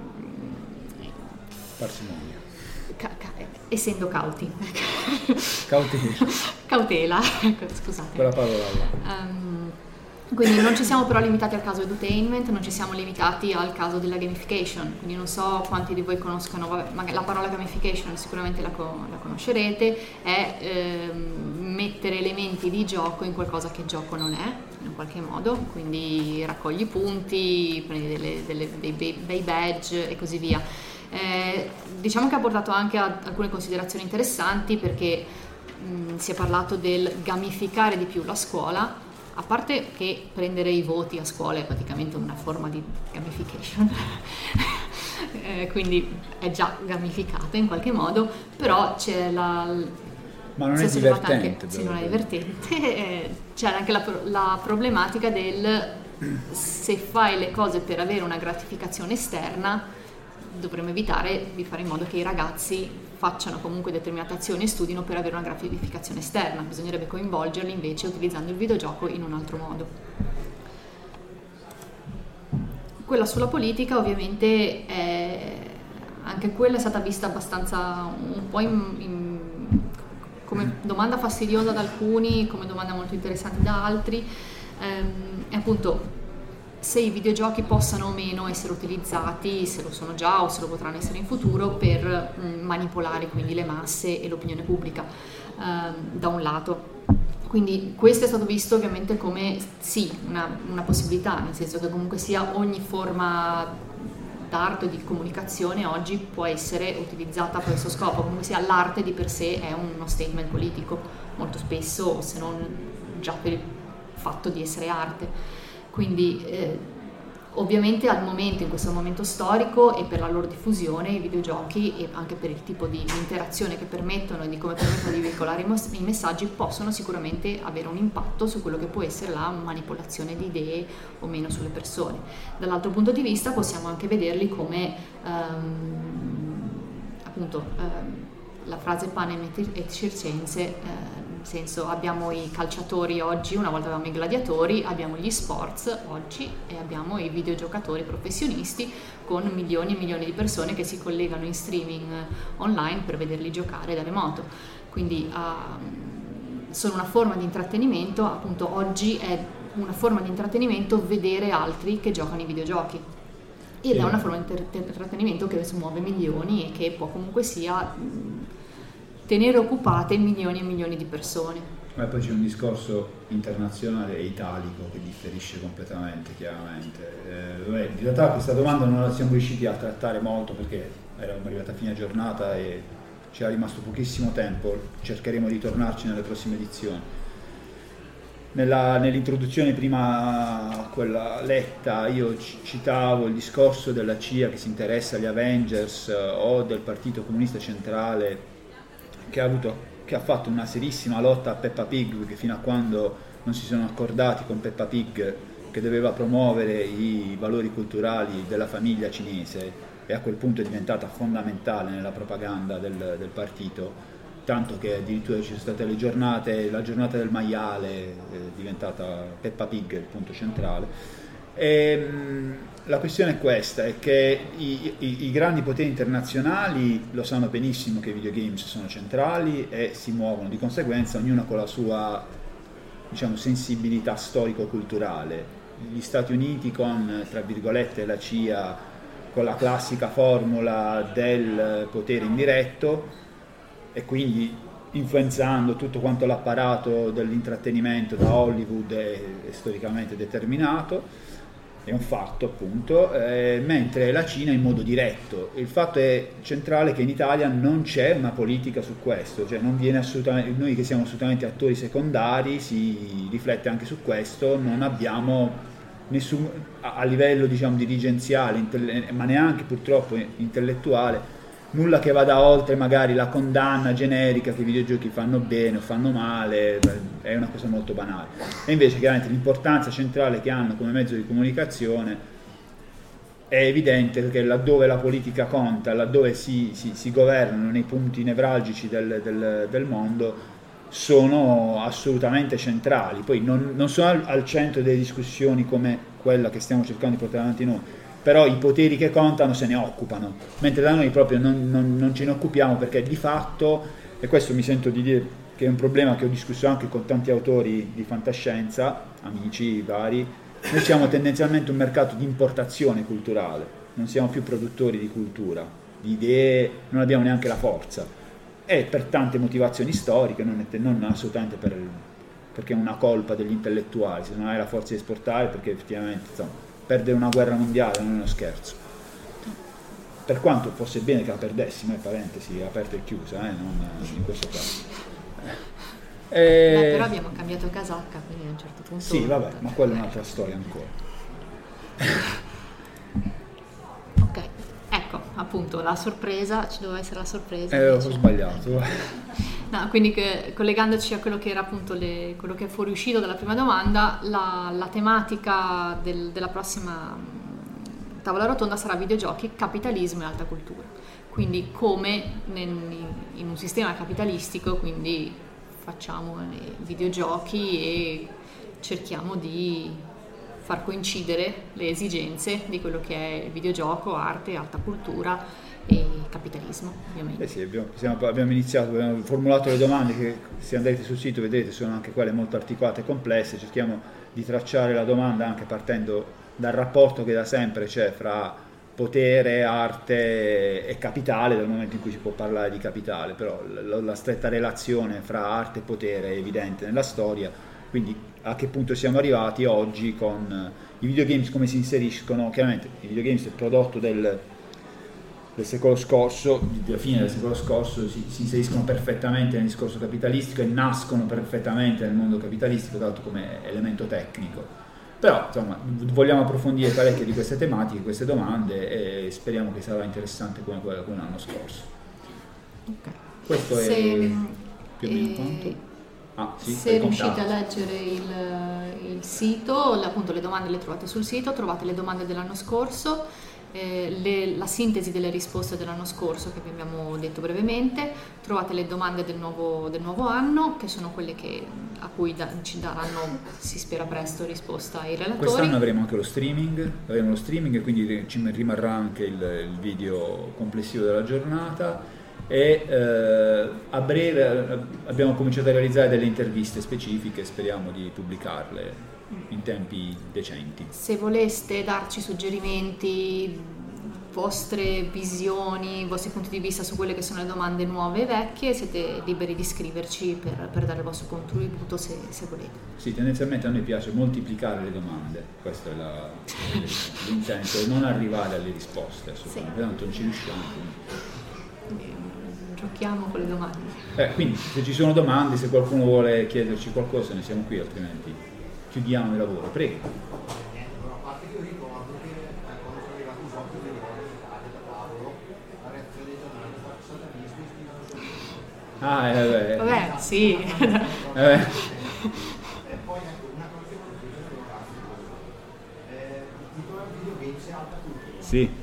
parsimonia, ca- ca- essendo cauti cautela cautela scusate quella parola là. Um, Quindi non ci siamo però limitati al caso edutainment, non ci siamo limitati al caso della gamification, quindi non so quanti di voi conoscano, vabbè, ma la parola gamification sicuramente la, co- la conoscerete, è ehm, mettere elementi di gioco in qualcosa che gioco non è, in qualche modo, quindi raccogli punti, prendi delle, delle, dei bei badge e così via. Eh, diciamo che ha portato anche a alcune considerazioni interessanti, perché mh, si è parlato del gamificare di più la scuola. A parte che prendere i voti a scuola è praticamente una forma di gamification, eh, quindi è già gamificata in qualche modo, però c'è la... Ma non è divertente. Anche, sì, non è divertente, eh, c'è anche la, la problematica del se fai le cose per avere una gratificazione esterna, dovremmo evitare di fare in modo che i ragazzi facciano comunque determinate azioni e studino per avere una gratificazione esterna. Bisognerebbe coinvolgerli invece utilizzando il videogioco in un altro modo. Quella sulla politica ovviamente è, anche quella è stata vista abbastanza un po' in, in, come domanda fastidiosa da alcuni, come domanda molto interessante da altri. Ehm, e appunto se i videogiochi possano o meno essere utilizzati, se lo sono già o se lo potranno essere in futuro, per mh, manipolare quindi le masse e l'opinione pubblica, ehm, da un lato. Quindi questo è stato visto ovviamente come sì, una, una possibilità, nel senso che comunque sia ogni forma d'arte o di comunicazione oggi può essere utilizzata per questo scopo, comunque sia l'arte di per sé è uno statement politico, molto spesso, se non già per il fatto di essere arte. Quindi eh, ovviamente al momento, in questo momento storico e per la loro diffusione, i videogiochi e anche per il tipo di interazione che permettono e di come permettono di veicolare i, mos- i messaggi possono sicuramente avere un impatto su quello che può essere la manipolazione di idee o meno sulle persone. Dall'altro punto di vista possiamo anche vederli come um, appunto um, la frase panem et circense, eh, nel senso abbiamo i calciatori oggi, una volta avevamo i gladiatori, abbiamo gli sports oggi e abbiamo i videogiocatori professionisti con milioni e milioni di persone che si collegano in streaming online per vederli giocare da remoto. Quindi uh, sono una forma di intrattenimento, appunto oggi è una forma di intrattenimento vedere altri che giocano i videogiochi. Ed è una forma di intrattenimento che smuove milioni e che può comunque sia mh, tenere occupate milioni e milioni di persone. Ma poi c'è un discorso internazionale e italico che differisce completamente, chiaramente. Eh, in realtà questa domanda non la siamo riusciti a trattare molto perché eravamo arrivati a fine giornata e ci era rimasto pochissimo tempo, cercheremo di tornarci nelle prossime edizioni. Nella, nell'introduzione prima quella letta io citavo il discorso della C I A che si interessa agli Avengers o del Partito Comunista Centrale che ha, avuto, che ha fatto una serissima lotta a Peppa Pig, che fino a quando non si sono accordati con Peppa Pig che doveva promuovere i valori culturali della famiglia cinese, e a quel punto è diventata fondamentale nella propaganda del, del partito, tanto che addirittura ci sono state le giornate, la giornata del maiale è diventata Peppa Pig il punto centrale. E, mh, la questione è questa, è che i, i, i grandi poteri internazionali lo sanno benissimo che i videogames sono centrali e si muovono di conseguenza, ognuno con la sua, diciamo, sensibilità storico-culturale. Gli Stati Uniti con, tra virgolette, la C I A, con la classica formula del potere indiretto, e quindi influenzando tutto quanto l'apparato dell'intrattenimento da Hollywood è, è storicamente determinato, è un fatto appunto, eh, mentre la Cina in modo diretto. Il fatto è centrale che in Italia non c'è una politica su questo, cioè non viene assolutamente, noi che siamo assolutamente attori secondari, si riflette anche su questo, non abbiamo nessun, a, a livello diciamo dirigenziale, intelle- ma neanche purtroppo intellettuale, nulla che vada oltre magari la condanna generica che i videogiochi fanno bene o fanno male, è una cosa molto banale. E invece chiaramente l'importanza centrale che hanno come mezzo di comunicazione è evidente che laddove la politica conta, laddove si, si, si governano nei punti nevralgici del, del, del mondo, sono assolutamente centrali. Poi non, non sono al, al centro delle discussioni come quella che stiamo cercando di portare avanti noi, però i poteri che contano se ne occupano, mentre da noi proprio non, non, non ce ne occupiamo, perché di fatto, e questo mi sento di dire che è un problema che ho discusso anche con tanti autori di fantascienza, amici vari, noi siamo tendenzialmente un mercato di importazione culturale, non siamo più produttori di cultura, di idee, non abbiamo neanche la forza, e per tante motivazioni storiche, non, è, non assolutamente per, perché è una colpa degli intellettuali, se non hai la forza di esportare, perché effettivamente insomma, perdere una guerra mondiale non è uno scherzo, per quanto fosse bene che la perdessimo, eh, parentesi aperta e chiusa, eh, non in questo caso. Eh, Beh, però abbiamo cambiato casacca, quindi a un certo punto... Sì, vabbè, ma quella è un'altra storia ancora. Ok, ecco, appunto, la sorpresa, ci doveva essere la sorpresa. Eh, ho sbagliato. No, quindi che, collegandoci a quello che era appunto le, quello che è fuoriuscito dalla prima domanda, la, la tematica del, della prossima tavola rotonda sarà videogiochi, capitalismo e alta cultura. Quindi come nel, in un sistema capitalistico, quindi facciamo i videogiochi e cerchiamo di far coincidere le esigenze di quello che è il videogioco, arte, alta cultura e capitalismo, ovviamente. Eh sì, abbiamo, abbiamo iniziato, abbiamo formulato le domande che se andate sul sito vedete sono anche quelle molto articolate e complesse, cerchiamo di tracciare la domanda anche partendo dal rapporto che da sempre c'è fra potere, arte e capitale, dal momento in cui si può parlare di capitale, però la, la stretta relazione fra arte e potere è evidente nella storia, quindi a che punto siamo arrivati oggi con i videogames, come si inseriscono. Chiaramente i videogames è il prodotto del, del secolo scorso, della fine del secolo scorso, si, si inseriscono perfettamente nel discorso capitalistico e nascono perfettamente nel mondo capitalistico, tra l'altro come elemento tecnico. Però insomma vogliamo approfondire parecchie di queste tematiche, queste domande, e speriamo che sarà interessante come quello come l'anno scorso. Okay. Questo se, è più o meno eh, quanto? Ah, sì, se riuscite a leggere il, il sito, appunto le domande le trovate sul sito, trovate le domande dell'anno scorso, eh, le, la sintesi delle risposte dell'anno scorso che vi abbiamo detto brevemente, trovate le domande del nuovo, del nuovo anno, che sono quelle che, a cui da, ci daranno, si spera presto, risposta i relatori. Quest'anno avremo anche lo streaming, avremo lo streaming e quindi ci rimarrà anche il, il video complessivo della giornata. E eh, a breve abbiamo cominciato a realizzare delle interviste specifiche, speriamo di pubblicarle in tempi decenti. Se voleste darci suggerimenti, vostre visioni, i vostri punti di vista su quelle che sono le domande nuove e vecchie, siete liberi di scriverci per, per dare il vostro contributo se, se volete. Sì, tendenzialmente a noi piace moltiplicare le domande, questo è la, l'intento, e non arrivare alle risposte, assolutamente, sì. Tanto non ci riusciamo. Quindi. Giochiamo con le domande. Eh, quindi se ci sono domande, se qualcuno vuole chiederci qualcosa, ne siamo qui, altrimenti chiudiamo il lavoro. Prego. A parte che io ricordo che quando sono arrivato un gioco di ricordo da tavolo, la reazione dei giornali è stata vista. Ah, eh, beh. Vabbè, sì. Eh. E poi ecco, una cosa che volevo dire è il titolo del videogames è alta cultura. Sì.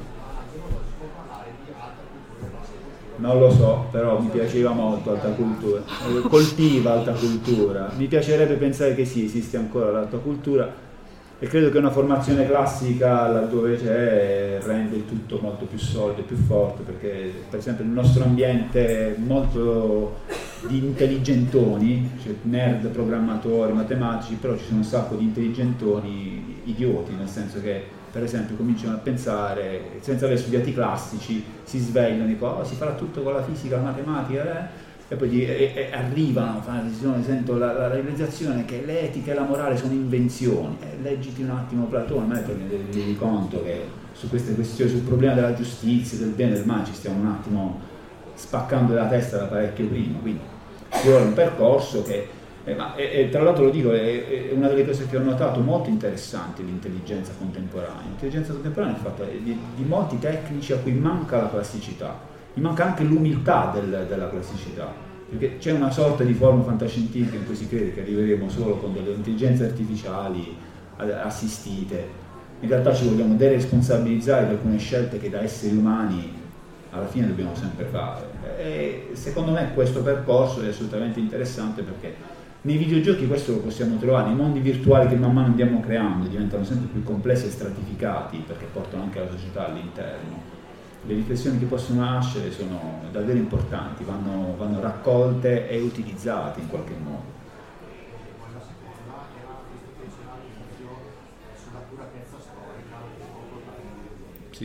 Non lo so, però mi piaceva molto alta cultura, coltiva alta cultura, mi piacerebbe pensare che sì, esiste ancora l'alta cultura e credo che una formazione classica laddove c'è rende il tutto molto più solido e più forte, perché per esempio nel nostro ambiente molto di intelligentoni, cioè nerd, programmatori, matematici, però ci sono un sacco di intelligentoni idioti, nel senso che per esempio cominciano a pensare, senza aver studiati i classici, si svegliano, dicono oh, si farà tutto con la fisica, la matematica, eh? e poi di, e, e arrivano, fanno la decisione, sento la, la realizzazione che l'etica e la morale sono invenzioni, eh, leggiti un attimo Platone, ma poi mi rendi conto che su queste questioni, sul problema della giustizia, del bene e del male ci stiamo un attimo spaccando la testa da parecchio prima, quindi ci vuole un percorso che Eh, ma, e, e, tra l'altro lo dico, è, è una delle cose che ho notato molto interessanti l'intelligenza contemporanea. L'intelligenza contemporanea è fatta di, di molti tecnici a cui manca la classicità, gli manca anche l'umiltà del, della classicità, perché c'è una sorta di forma fantascientifica in cui si crede che arriveremo solo con delle intelligenze artificiali assistite. In realtà ci vogliamo deresponsabilizzare di alcune scelte che da esseri umani alla fine dobbiamo sempre fare. E secondo me questo percorso è assolutamente interessante, perché nei videogiochi questo lo possiamo trovare, nei mondi virtuali che man mano andiamo creando diventano sempre più complessi e stratificati, perché portano anche la società all'interno. Le riflessioni che possono nascere sono davvero importanti, vanno, vanno raccolte e utilizzate in qualche modo. Sì.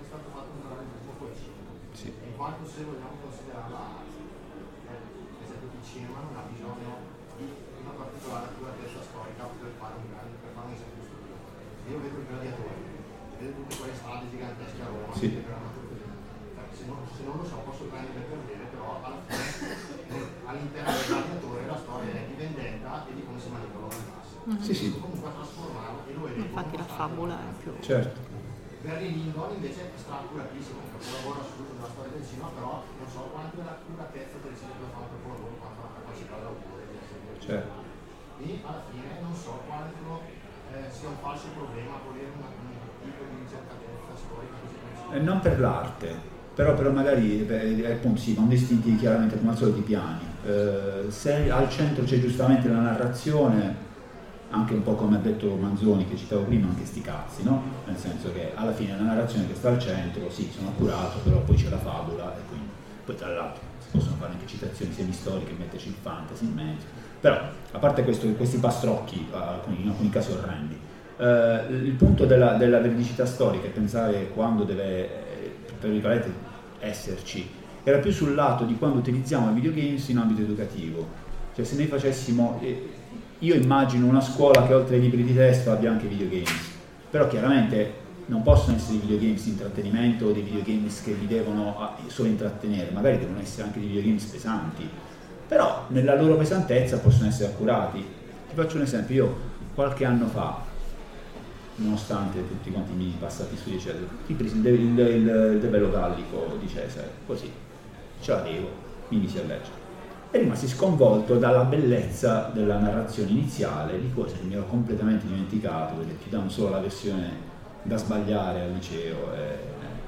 Sì. In quanto se vogliamo considerarla, per esempio il cinema non ha bisogno di una particolare accuratezza storica per fare un grande, per fare un esempio stupido. Io vedo il Gladiatore, vedo tutte quelle strade gigantesche a Roma, sì. se, non, se non lo so posso prendere per bene, però alla fine all'interno del Gladiatore la storia è di vendetta e di come si manipolano le masse. Mm-hmm. Sì, sì. Comunque a trasformarlo e lo vedo. Infatti la favola è più... Certo. Barry Lyndon invece è stracuratissimo, è un capolavoro assoluto della storia del cinema, però non so quanto è l'accuratezza per esempio fa un capolavoro, quanto la capacità dell'autore di essere. Certo. Quindi alla fine non so quanto eh, sia un falso problema volere un, un tipo di ricercatezza storica così come eh, non per l'arte, però, però magari eh, appunto sì, non distinti chiaramente come al solito i piani. Eh, se al centro c'è giustamente la narrazione, anche un po' come ha detto Manzoni che citavo prima, anche sti cazzi, no? Nel senso che alla fine la narrazione che sta al centro, sì, sono accurato, però poi c'è la favola e quindi poi tra l'altro si possono fare anche citazioni semistoriche, metterci il fantasy in mezzo, però a parte questo, questi pastrocchi in alcuni casi orrendi, Eh, il punto della, della veridicità storica è pensare quando deve, per virgolette, esserci, era più sul lato di quando utilizziamo i videogames in ambito educativo. Cioè se noi facessimo, io immagino una scuola che oltre ai libri di testo abbia anche videogames, però chiaramente non possono essere dei videogames di intrattenimento o dei videogames che vi devono solo intrattenere, magari devono essere anche dei videogames pesanti, però nella loro pesantezza possono essere accurati. Ti faccio un esempio: io qualche anno fa, nonostante tutti quanti i miei passati studi eccetera, ti presi il, il, il, il Debello Gallico di Cesare, così, ce l'avevo, mi misi a leggere e rimasi sconvolto dalla bellezza della narrazione iniziale, di cose che mi ero completamente dimenticato, perché ti danno solo la versione da sbagliare al liceo, eh.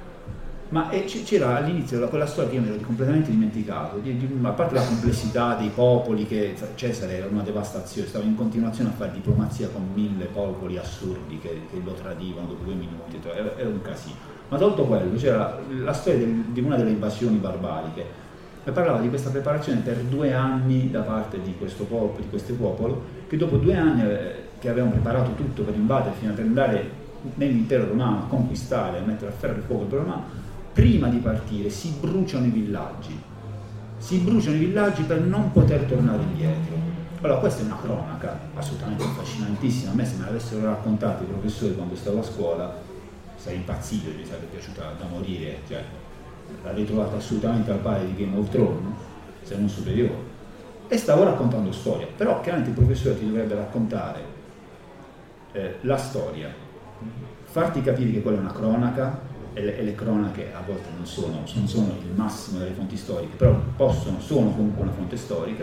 ma eh, c'era all'inizio quella storia che io mi ero completamente dimenticato, di, di, a parte la complessità dei popoli, che Cesare era una devastazione, stava in continuazione a fare diplomazia con mille popoli assurdi che, che lo tradivano dopo due minuti, era, era un casino. Ma tolto quello, c'era la, la storia del, di una delle invasioni barbariche, e parlava di questa preparazione per due anni da parte di questo popolo, di questo popolo, che dopo due anni eh, che avevano preparato tutto per invadere, fino ad andare nell'impero romano a conquistare, a mettere a ferro il fuoco l'impero romano, prima di partire si bruciano i villaggi, si bruciano i villaggi per non poter tornare indietro. Allora questa è una cronaca assolutamente affascinantissima, a me se me l'avessero raccontato i professori quando stavo a scuola sarei impazzito, mi sarebbe piaciuta da morire, cioè l'avrei trovata assolutamente al pari di Game of Thrones, se non superiore, e stavo raccontando storia, però chiaramente il professore ti dovrebbe raccontare eh, la storia, farti capire che quella è una cronaca, e le, e le cronache a volte non sono, non sono il massimo delle fonti storiche, però possono, sono comunque una fonte storica,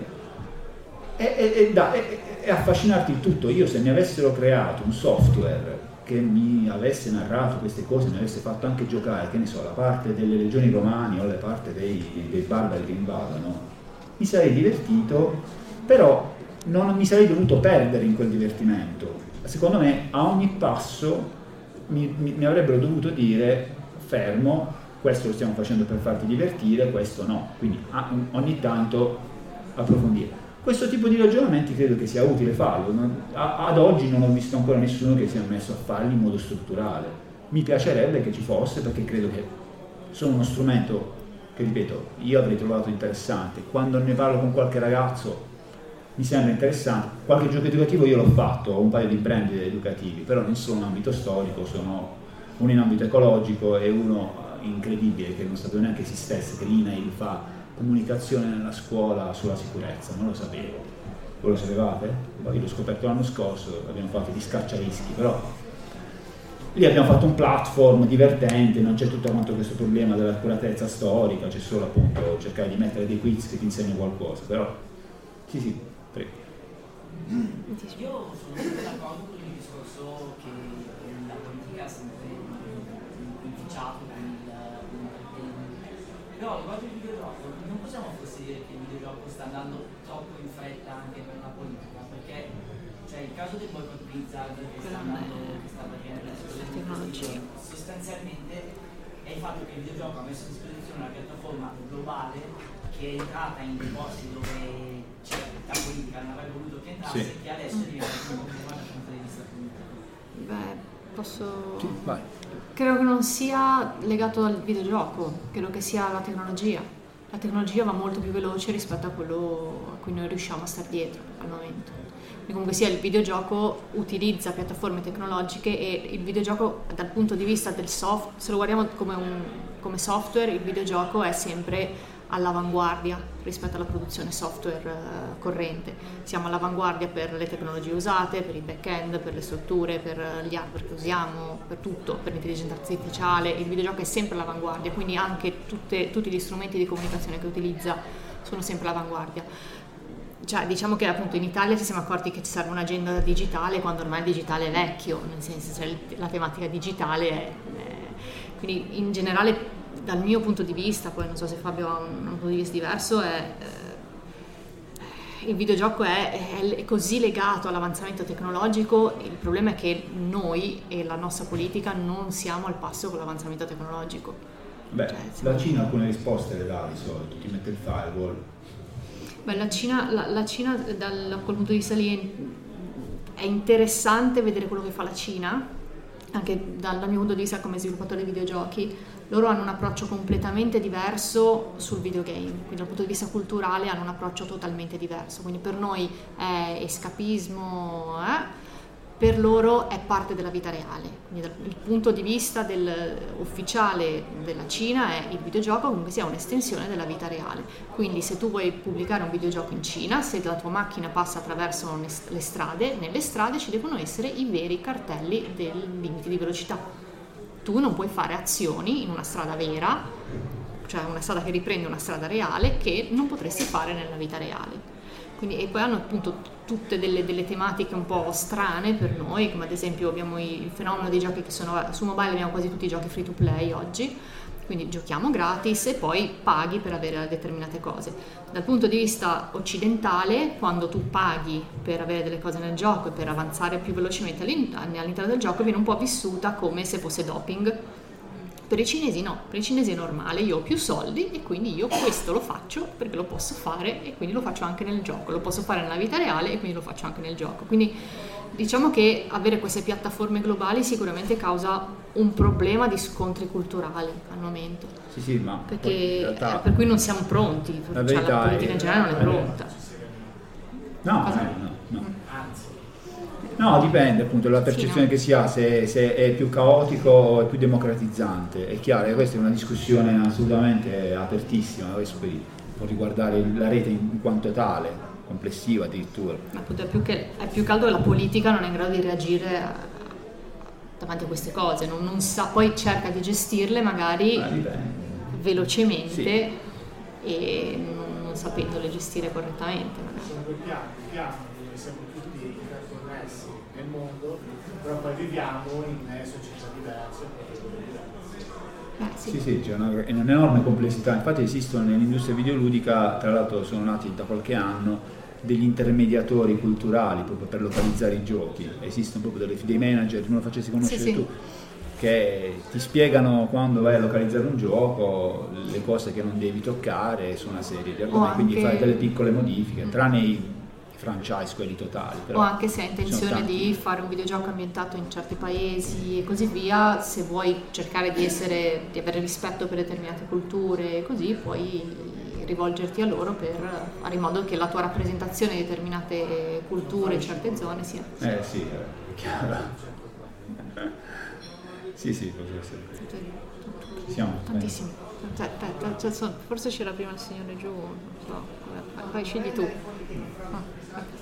e, e, e, da, e, e affascinarti il tutto. Io se mi avessero creato un software che mi avesse narrato queste cose, mi avesse fatto anche giocare, che ne so, la parte delle legioni romane o la parte dei, dei barbari che invadono, mi sarei divertito, però non mi sarei dovuto perdere in quel divertimento. Secondo me a ogni passo mi, mi, mi avrebbero dovuto dire: fermo, questo lo stiamo facendo per farti divertire, questo no, quindi a, ogni tanto approfondire. Questo tipo di ragionamenti credo che sia utile farlo. A, ad oggi non ho visto ancora nessuno che sia messo a farli in modo strutturale. Mi piacerebbe che ci fosse, perché credo che sono uno strumento che, ripeto, io avrei trovato interessante. Quando ne parlo con qualche ragazzo mi sembra interessante. Qualche gioco educativo io l'ho fatto, ho un paio di brand educativi, però non sono in ambito storico, sono uno in ambito ecologico e uno incredibile che non sapevo neanche esistesse, che l'I N A I L fa comunicazione nella scuola sulla sicurezza, non lo sapevo. Voi lo sapevate? Io l'ho scoperto l'anno scorso, abbiamo fatto di scacciarischi, però lì abbiamo fatto un platform divertente, non c'è tutto quanto questo problema dell'accuratezza storica, c'è solo appunto cercare di mettere dei quiz che ti insegnano qualcosa, però sì sì, prego. Io sono sempre d'accordo con il discorso che la politica ha sempre inficiato con il però riguardo il videogioco non possiamo forse dire che il videogioco sta andando troppo in fretta anche per la politica, perché cioè il caso del boycott Blizzard che sta andando, che sta facendo la tecnologia sostanzialmente è il fatto che il videogioco ha messo a disposizione una piattaforma globale che è entrata in dei posti dove c'è la politica non avrebbe voluto che entrasse, sì, che adesso diventa un problema dal punto di vista politico. Beh, posso... Sì, vai. Credo che non sia legato al videogioco, credo che sia la tecnologia. La tecnologia va molto più veloce rispetto a quello a cui noi riusciamo a stare dietro al momento. Quindi comunque sia il videogioco utilizza piattaforme tecnologiche e il videogioco dal punto di vista del software, se lo guardiamo come, un, come software, il videogioco è sempre all'avanguardia rispetto alla produzione software uh, corrente. Siamo all'avanguardia per le tecnologie usate, per i back-end, per le strutture, per gli hardware che usiamo, per tutto, per l'intelligenza artificiale. Il videogioco è sempre all'avanguardia, quindi anche tutte, tutti gli strumenti di comunicazione che utilizza sono sempre all'avanguardia. Cioè, diciamo che appunto in Italia ci siamo accorti che ci serve un'agenda digitale quando ormai il digitale è vecchio, nel senso cioè la tematica digitale è, è quindi in generale dal mio punto di vista, poi non so se Fabio ha un, un punto di vista diverso, è, eh, il videogioco è, è, è così legato all'avanzamento tecnologico, il problema è che noi e la nostra politica non siamo al passo con l'avanzamento tecnologico. Beh, cioè, la Cina alcune risposte le dà di solito, ti mette il firewall. Beh, la Cina, la, la Cina dal quel punto di vista lì è è interessante vedere quello che fa la Cina, anche dal, dal mio punto di vista come sviluppatore di videogiochi. Loro hanno un approccio completamente diverso sul videogame, quindi dal punto di vista culturale hanno un approccio totalmente diverso, quindi per noi è escapismo, eh? Per loro è parte della vita reale, quindi dal punto di vista del, ufficiale della Cina è il videogioco comunque sia un'estensione della vita reale, quindi se tu vuoi pubblicare un videogioco in Cina, se la tua macchina passa attraverso le strade, nelle strade ci devono essere i veri cartelli dei limiti di velocità. Tu non puoi fare azioni in una strada vera, cioè una strada che riprende una strada reale, che non potresti fare nella vita reale. Quindi, e poi hanno appunto tutte delle, delle tematiche un po' strane per noi, come ad esempio abbiamo il fenomeno dei giochi che sono su mobile, abbiamo quasi tutti i giochi free to play oggi, quindi giochiamo gratis e poi paghi per avere determinate cose. Dal punto di vista occidentale, quando tu paghi per avere delle cose nel gioco e per avanzare più velocemente all'interno del gioco, viene un po' vissuta come se fosse doping. Per i cinesi no, per i cinesi è normale, io ho più soldi e quindi io questo lo faccio perché lo posso fare e quindi lo faccio anche nel gioco, lo posso fare nella vita reale e quindi lo faccio anche nel gioco. Quindi diciamo che avere queste piattaforme globali sicuramente causa un problema di scontri culturali al momento. Sì, sì, ma perché in realtà, per cui non siamo pronti, la, cioè la politica è, in generale non è pronta. No, eh, no, no. No, dipende appunto dalla percezione sì, no. che si ha, se, se è più caotico o è più democratizzante. È chiaro che questa è una discussione assolutamente apertissima, questo può riguardare la rete in quanto tale, complessiva addirittura. Ma appunto è più che è più caldo che la politica non è in grado di reagire a, davanti a queste cose, non, non sa, poi cerca di gestirle magari velocemente sì. e non, non sapendole gestire correttamente. Magari. Nel mondo, però poi viviamo in società diverse. Eh, sì. sì, sì, c'è una, un'enorme complessità. Infatti esistono nell'industria videoludica, tra l'altro sono nati da qualche anno degli intermediatori culturali proprio per localizzare i giochi. Esistono proprio delle, dei manager, tu me lo facessi conoscere sì, tu, sì. che ti spiegano quando vai a localizzare un gioco le cose che non devi toccare su una serie di argomenti, quindi fai delle piccole modifiche, mm. tranne i franchise, quelli totali. Però o anche se hai intenzione di fare un videogioco ambientato in certi paesi e così via, se vuoi cercare di essere, di avere rispetto per determinate culture e così, puoi rivolgerti a loro per fare in modo che la tua rappresentazione di determinate culture in certe zone sia. Eh sì, è chiaro. sì, sì, potrebbe essere. Siamo tantissimi. Cioè, cioè, cioè, forse c'era prima il signore giù, non so, vai, scegli tu. Ah.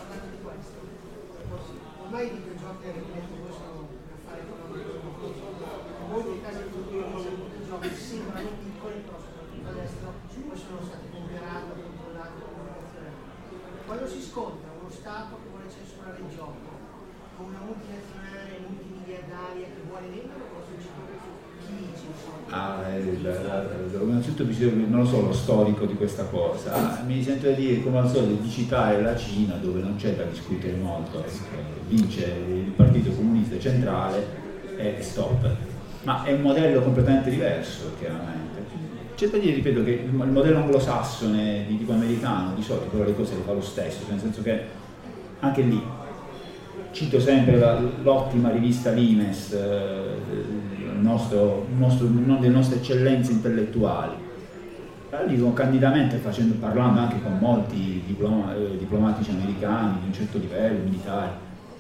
Ormai i videogiochi possono fare economico, molti casi di videogiochi sembrano piccoli, però soprattutto all'estero poi sono stati comperati, controllati. Quando si scontra uno Stato che vuole censurare il gioco con una multinazionale multimiliardaria che vuole vendere, cosa ci chi censura? Ah, innanzitutto non lo so lo storico di questa cosa, mi sento di dire come al solito di citare la Cina dove non c'è da discutere molto, vince il partito comunista centrale e stop, ma è un modello completamente diverso chiaramente. C'è da dire, ripeto, che il modello anglosassone di tipo americano di solito però le cose le fa lo stesso, nel senso che anche lì cito sempre la, l'ottima rivista Limes, eh, il nostro, il nostro, una delle nostre eccellenze intellettuali. La dico candidamente, facendo, parlando anche con molti diploma, eh, diplomatici americani di un certo livello, militari,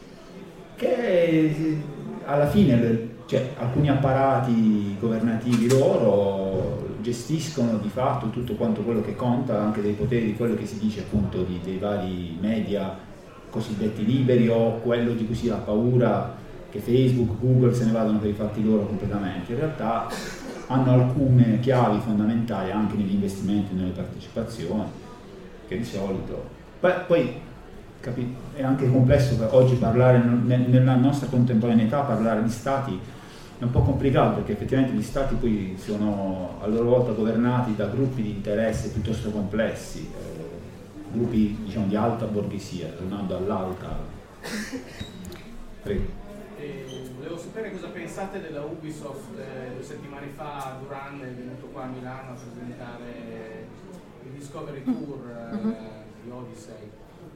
che alla fine cioè, alcuni apparati governativi loro gestiscono di fatto tutto quanto quello che conta, anche dei poteri, quello che si dice appunto di, dei vari media cosiddetti liberi o quello di cui si ha paura che Facebook, Google se ne vadano per i fatti loro completamente. In realtà hanno alcune chiavi fondamentali anche negli investimenti, nelle partecipazioni, che di solito... Poi, poi capi, è anche complesso per oggi parlare, nella nostra contemporaneità parlare di stati è un po' complicato perché effettivamente gli stati poi sono a loro volta governati da gruppi di interesse piuttosto complessi. Gruppi diciamo di alta borghesia, tornando all'alta. Prego. Eh, volevo sapere cosa pensate della Ubisoft. Eh, due settimane fa Duran è venuto qua a Milano a presentare il Discovery Tour eh, di Odyssey.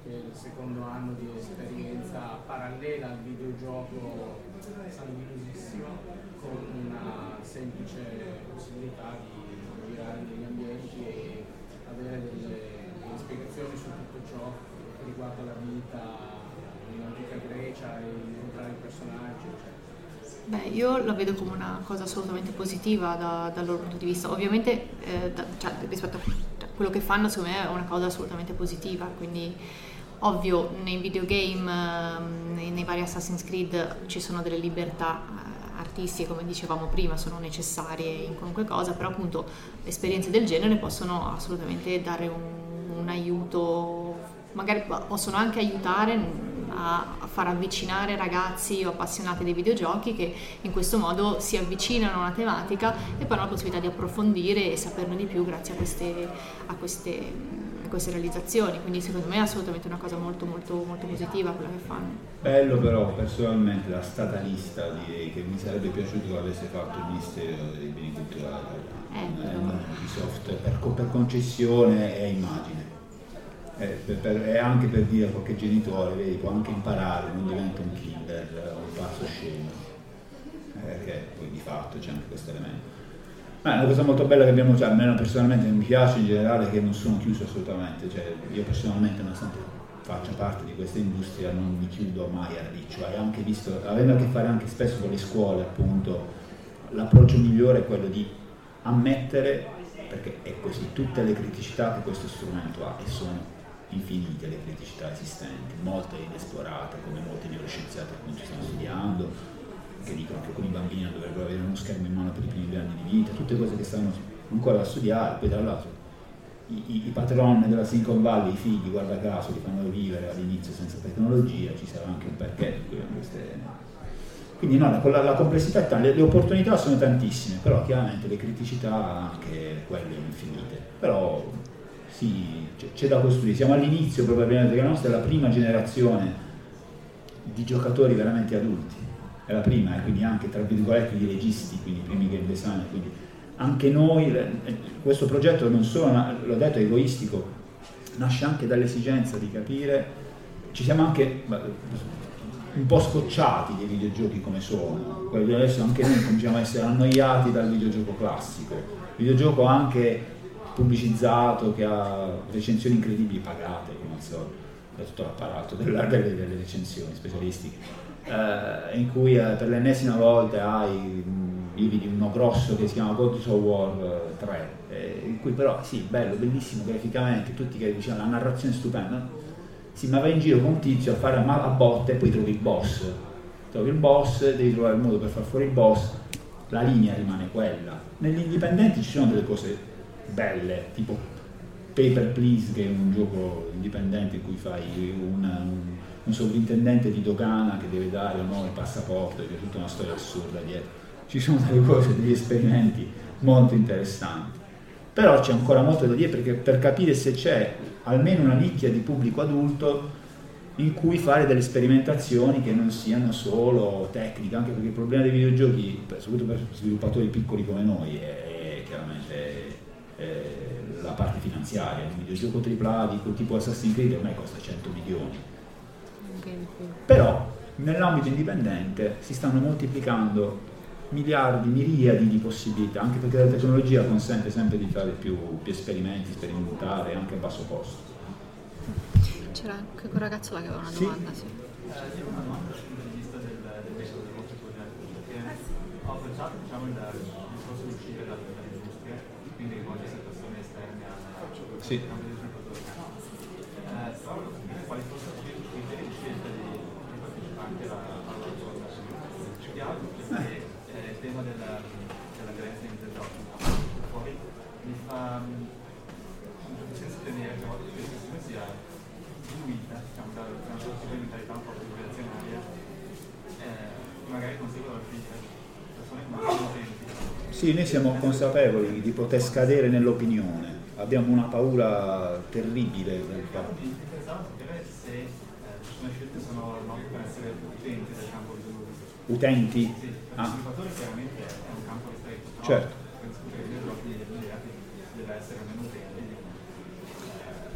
che il secondo anno di esperienza parallela al videogioco sanguinosissimo, con una semplice possibilità di girare negli ambienti e avere delle, delle spiegazioni su tutto ciò che riguarda la vita nell'antica Grecia e incontrare i personaggi, eccetera. Beh, io la vedo come una cosa assolutamente positiva da, dal loro punto di vista. Ovviamente eh, da, cioè, rispetto a quello che fanno, secondo me è una cosa assolutamente positiva, quindi ovvio nei videogame, nei, nei vari Assassin's Creed ci sono delle libertà eh, artistiche, come dicevamo prima, sono necessarie in qualunque cosa, però appunto esperienze del genere possono assolutamente dare un, un aiuto, magari possono anche aiutare a far avvicinare ragazzi o appassionati dei videogiochi che in questo modo si avvicinano a una tematica e poi hanno la possibilità di approfondire e saperne di più grazie a queste, a queste, a queste realizzazioni, quindi secondo me è assolutamente una cosa molto molto molto positiva quella che fanno. Bello, però personalmente da statalista direi che mi sarebbe piaciuto che avesse fatto il Ministero dei Beni Culturali, eh, eh, Ubisoft per, per concessione e immagine. Eh, per, per, e anche per dire a qualche genitore, vedi, può anche imparare, non diventa un killer o un pazzo scemo, eh, che poi di fatto c'è anche questo elemento. Ma è una cosa molto bella che abbiamo, cioè, almeno personalmente mi piace in generale, che non sono chiuso assolutamente, cioè io personalmente nonostante faccia parte di questa industria non mi chiudo mai a riccio, hai anche visto, avendo a che fare anche spesso con le scuole appunto, l'approccio migliore è quello di ammettere, perché è così, tutte le criticità che questo strumento ha, e sono infinite le criticità esistenti, molte inesplorate, come molti neuroscienziati appunto stanno studiando, che dicono che alcuni bambini non dovrebbero avere uno schermo in mano per i primi due anni di vita, tutte cose che stanno ancora da studiare. Poi tra l'altro i, i, i patron della Silicon Valley, i figli, guarda caso, li fanno vivere all'inizio senza tecnologia, ci sarà anche un perché di queste... Quindi no, la, la complessità è tanta, le, le opportunità sono tantissime, però chiaramente le criticità anche quelle infinite, però sì, c'è, c'è da costruire, siamo all'inizio probabilmente, perché la nostra è la prima generazione di giocatori veramente adulti, è la prima, e quindi anche tra virgolette di registi, quindi i primi game designer, quindi anche noi, questo progetto non solo, l'ho detto, è egoistico, nasce anche dall'esigenza di capire, ci siamo anche un po' scocciati dei videogiochi come sono, adesso anche noi cominciamo a essere annoiati dal videogioco classico, videogioco anche pubblicizzato, che ha recensioni incredibili pagate, come al solito, da tutto l'apparato delle, delle, delle recensioni specialistiche, eh, in cui eh, per l'ennesima volta hai vivi di uno grosso che si chiama God of War tre, eh, in cui però sì, bello, bellissimo graficamente, tutti che dicevano la narrazione è stupenda, sì, ma vai in giro con un tizio a fare a botte e poi trovi il boss, trovi il boss, devi trovare il modo per far fuori il boss, la linea rimane quella. Negli indipendenti ci sono delle cose belle, tipo Paper Please, che è un gioco indipendente in cui fai un, un, un sovrintendente di dogana che deve dare o no il passaporto, e c'è tutta una storia assurda dietro. Ci sono delle cose, degli esperimenti molto interessanti, però c'è ancora molto da dire, perché per capire se c'è almeno una nicchia di pubblico adulto in cui fare delle sperimentazioni che non siano solo tecniche, anche perché il problema dei videogiochi, soprattutto per sviluppatori piccoli come noi, è, è chiaramente è la parte finanziaria. Un videogioco tripla A di quel tipo Assassin's Creed ormai costa cento milioni, però nell'ambito indipendente si stanno moltiplicando miliardi, miriadi di possibilità, anche perché la tecnologia consente sempre di fare più, più esperimenti, sperimentare anche a basso costo. C'era anche quel ragazzo là che aveva una sì. domanda, sì. Eh, io ho una domanda sul punto di vista del, del metodo del vostro progetto, perché ho apprezzato, diciamo, il discorso di uscire dall'industria, quindi rivolgersi a persone esterne al sì. campo dei sviluppatori. Eh, però volevo capire quali fossero i criteri di scelta dei partecipanti alla ronda. Più che altro perché il tema della, della carenza di videogiochi fuori mi fa senza tenere che a volte l'espressione sia diluita, diciamo, da una sorta di mentalità un po' più relazionaria, eh, magari conseguono alla fine persone che non sono utenti. Sì, noi siamo consapevoli di poter scadere nell'opinione, abbiamo una paura terribile del fatto. Mi interessava sapere se eh, le scelte sono note per essere utenti del campo di sviluppo. Utenti? Sì, per ah. il sviluppatore chiaramente è un campo ristretto, certo. Per discutere i videogiochi deve essere almeno utenti.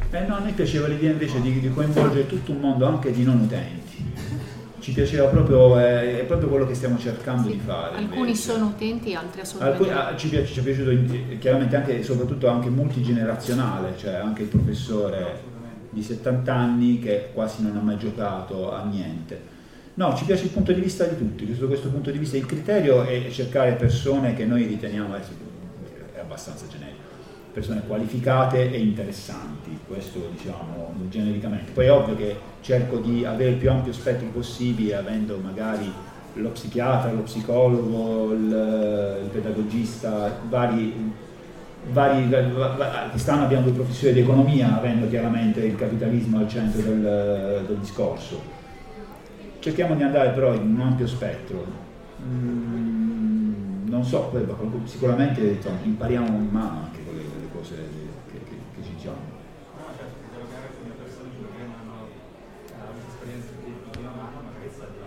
Eh no, a noi piaceva l'idea invece di, di coinvolgere tutto un mondo anche di non utenti. Ci piaceva proprio, eh, è proprio quello che stiamo cercando sì. di fare. Alcuni invece. sono utenti, altri assolutamente Alcuni, ah, ci, piace, ci è piaciuto eh, chiaramente anche, soprattutto anche multigenerazionale, cioè anche il professore di settanta anni che quasi non ha mai giocato a niente. No, ci piace il punto di vista di tutti, sotto questo punto di vista il criterio è cercare persone che noi riteniamo, è abbastanza generico, persone qualificate e interessanti, questo diciamo genericamente. Poi è ovvio che cerco di avere il più ampio spettro possibile, avendo magari lo psichiatra, lo psicologo, il, il pedagogista, vari, vari quest'anno abbiamo due professori di economia, avendo chiaramente il capitalismo al centro del, del discorso. Cerchiamo di andare però in un ampio spettro. Mm, non so, sicuramente insomma, impariamo man mano anche con le, le cose che, che, che ci diciamo. No, certo, dialogare con le persone che magari hanno avuto esperienze di prima mano, magari sa di...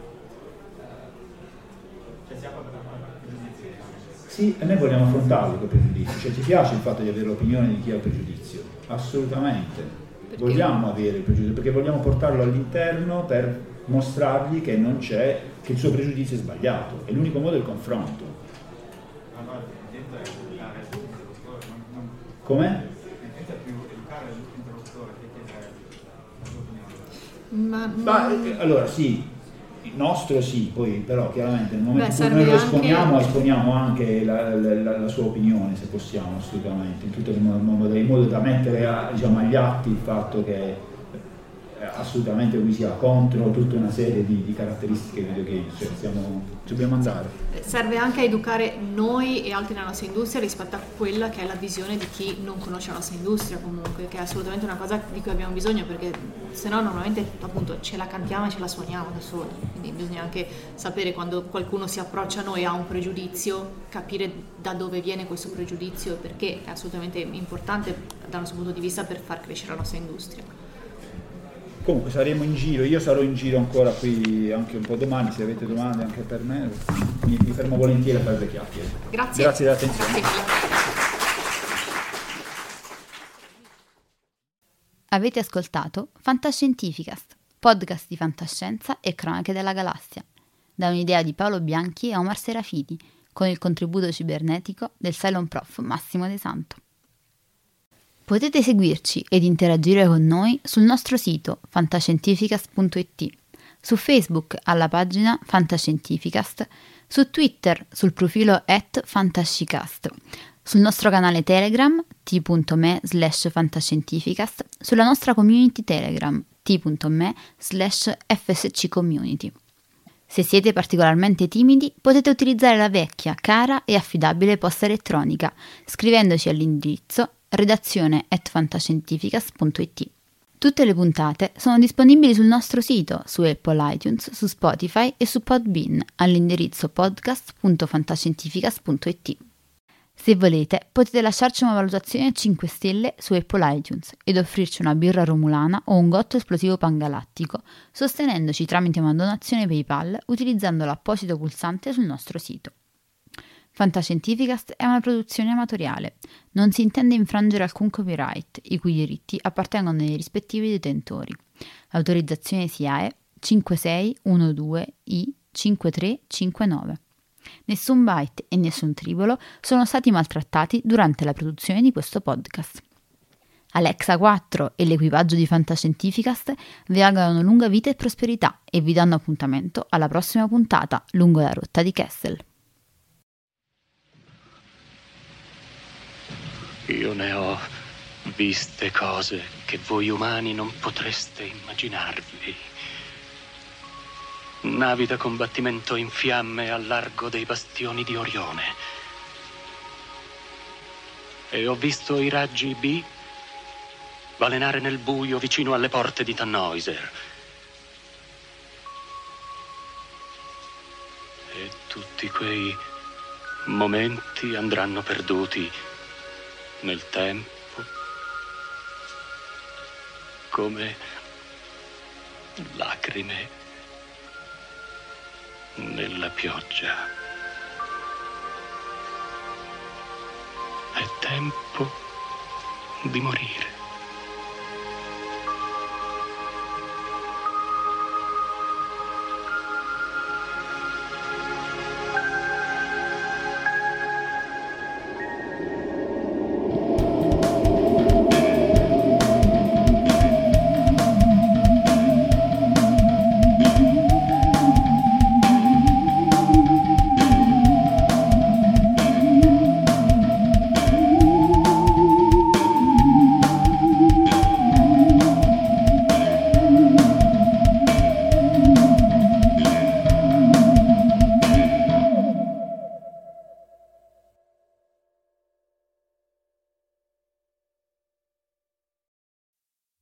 cioè si apre a pregiudizi. Sì, e noi vogliamo affrontarlo quel pregiudizio, cioè ci piace il fatto di avere l'opinione di chi ha il pregiudizio, assolutamente. Perché? Vogliamo avere il pregiudizio, perché vogliamo portarlo all'interno per mostrargli che non c'è, che il suo pregiudizio è sbagliato, è l'unico modo del confronto. Allora, l'intento è educare l'interlocutore, non... Come? L'intento è più educare l'interlocutore che chiedere la sua opinione. Ma, Ma, ma... allora sì, il nostro sì, poi però chiaramente nel momento Beh, in cui noi lo anche... esponiamo, esponiamo anche la, la, la sua opinione, se possiamo, assolutamente, in tutto il modo, in modo da mettere a, diciamo, agli atti il fatto che assolutamente lui sia contro tutta una serie di, di caratteristiche videogame, cioè siamo, ci dobbiamo andare. Serve anche a educare noi e altri nella nostra industria rispetto a quella che è la visione di chi non conosce la nostra industria comunque, che è assolutamente una cosa di cui abbiamo bisogno, perché se no normalmente appunto ce la cantiamo e ce la suoniamo da soli, quindi bisogna anche sapere quando qualcuno si approccia a noi a un pregiudizio, capire da dove viene questo pregiudizio e perché è assolutamente importante dal nostro punto di vista per far crescere la nostra industria. Comunque saremo in giro, io sarò in giro ancora qui anche un po' domani, se avete domande anche per me, mi, mi fermo volentieri a fare le chiacchiere. Grazie. Grazie dell'attenzione. Grazie. Avete ascoltato Fantascientificast, podcast di fantascienza e cronache della galassia, da un'idea di Paolo Bianchi e Omar Serafiti, con il contributo cibernetico del Cylon Prof Massimo De Santo. Potete seguirci ed interagire con noi sul nostro sito fantascientificast punto it, su Facebook alla pagina Fantascientificast, su Twitter sul profilo at fantascicast, sul nostro canale Telegram t.me slash fantascientificast, sulla nostra community Telegram t.me slash fsccommunity. Se siete particolarmente timidi, potete utilizzare la vecchia, cara e affidabile posta elettronica, scrivendoci all'indirizzo redazione at fantascientificast punto it. Tutte le puntate sono disponibili sul nostro sito, su Apple iTunes, su Spotify e su Podbean all'indirizzo podcast punto fantascientificast punto it. Se volete, potete lasciarci una valutazione a cinque stelle su Apple iTunes ed offrirci una birra romulana o un gotto esplosivo pangalattico, sostenendoci tramite una donazione PayPal utilizzando l'apposito pulsante sul nostro sito. Fantascientificast è una produzione amatoriale, non si intende infrangere alcun copyright, i cui diritti appartengono ai rispettivi detentori. L'autorizzazione S I A E cinque sei uno due I cinque tre cinque nove. Nessun byte e nessun tribolo sono stati maltrattati durante la produzione di questo podcast. Alexa quattro e l'equipaggio di Fantascientificast vi augurano lunga vita e prosperità e vi danno appuntamento alla prossima puntata lungo la rotta di Kessel. Io ne ho viste cose che voi umani non potreste immaginarvi. Navi da combattimento in fiamme al largo dei bastioni di Orione. E ho visto i raggi B balenare nel buio vicino alle porte di Tannhäuser. E tutti quei momenti andranno perduti nel tempo, come lacrime nella pioggia. È tempo di morire.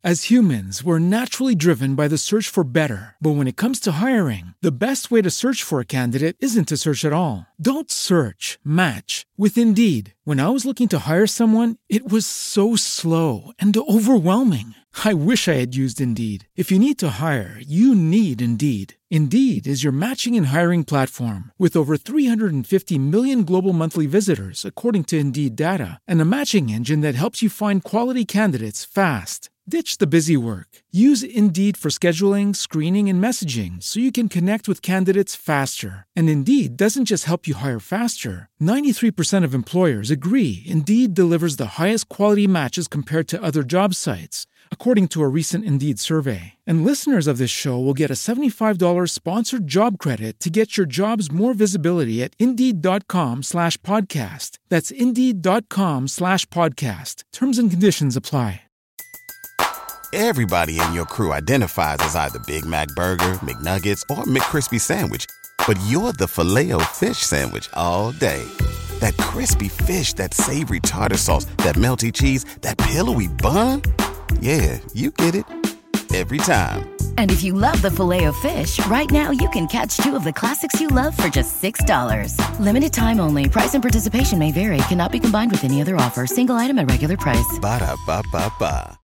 As humans, we're naturally driven by the search for better. But when it comes to hiring, the best way to search for a candidate isn't to search at all. Don't search, match with Indeed. When I was looking to hire someone, it was so slow and overwhelming. I wish I had used Indeed. If you need to hire, you need Indeed. Indeed is your matching and hiring platform with over three hundred fifty million global monthly visitors, according to Indeed data, and a matching engine that helps you find quality candidates fast. Ditch the busy work. Use Indeed for scheduling, screening, and messaging so you can connect with candidates faster. And Indeed doesn't just help you hire faster. ninety-three percent of employers agree Indeed delivers the highest quality matches compared to other job sites, according to a recent Indeed survey. And listeners of this show will get a seventy-five dollars sponsored job credit to get your jobs more visibility at Indeed.com slash podcast. That's Indeed.com slash podcast. Terms and conditions apply. Everybody in your crew identifies as either Big Mac Burger, McNuggets, or McCrispy Sandwich. But you're the Filet-O-Fish Sandwich all day. That crispy fish, that savory tartar sauce, that melty cheese, that pillowy bun. Yeah, you get it. Every time. And if you love the Filet-O-Fish, right now you can catch two of the classics you love for just six dollars. Limited time only. Price and participation may vary. Cannot be combined with any other offer. Single item at regular price. Ba-da-ba-ba-ba.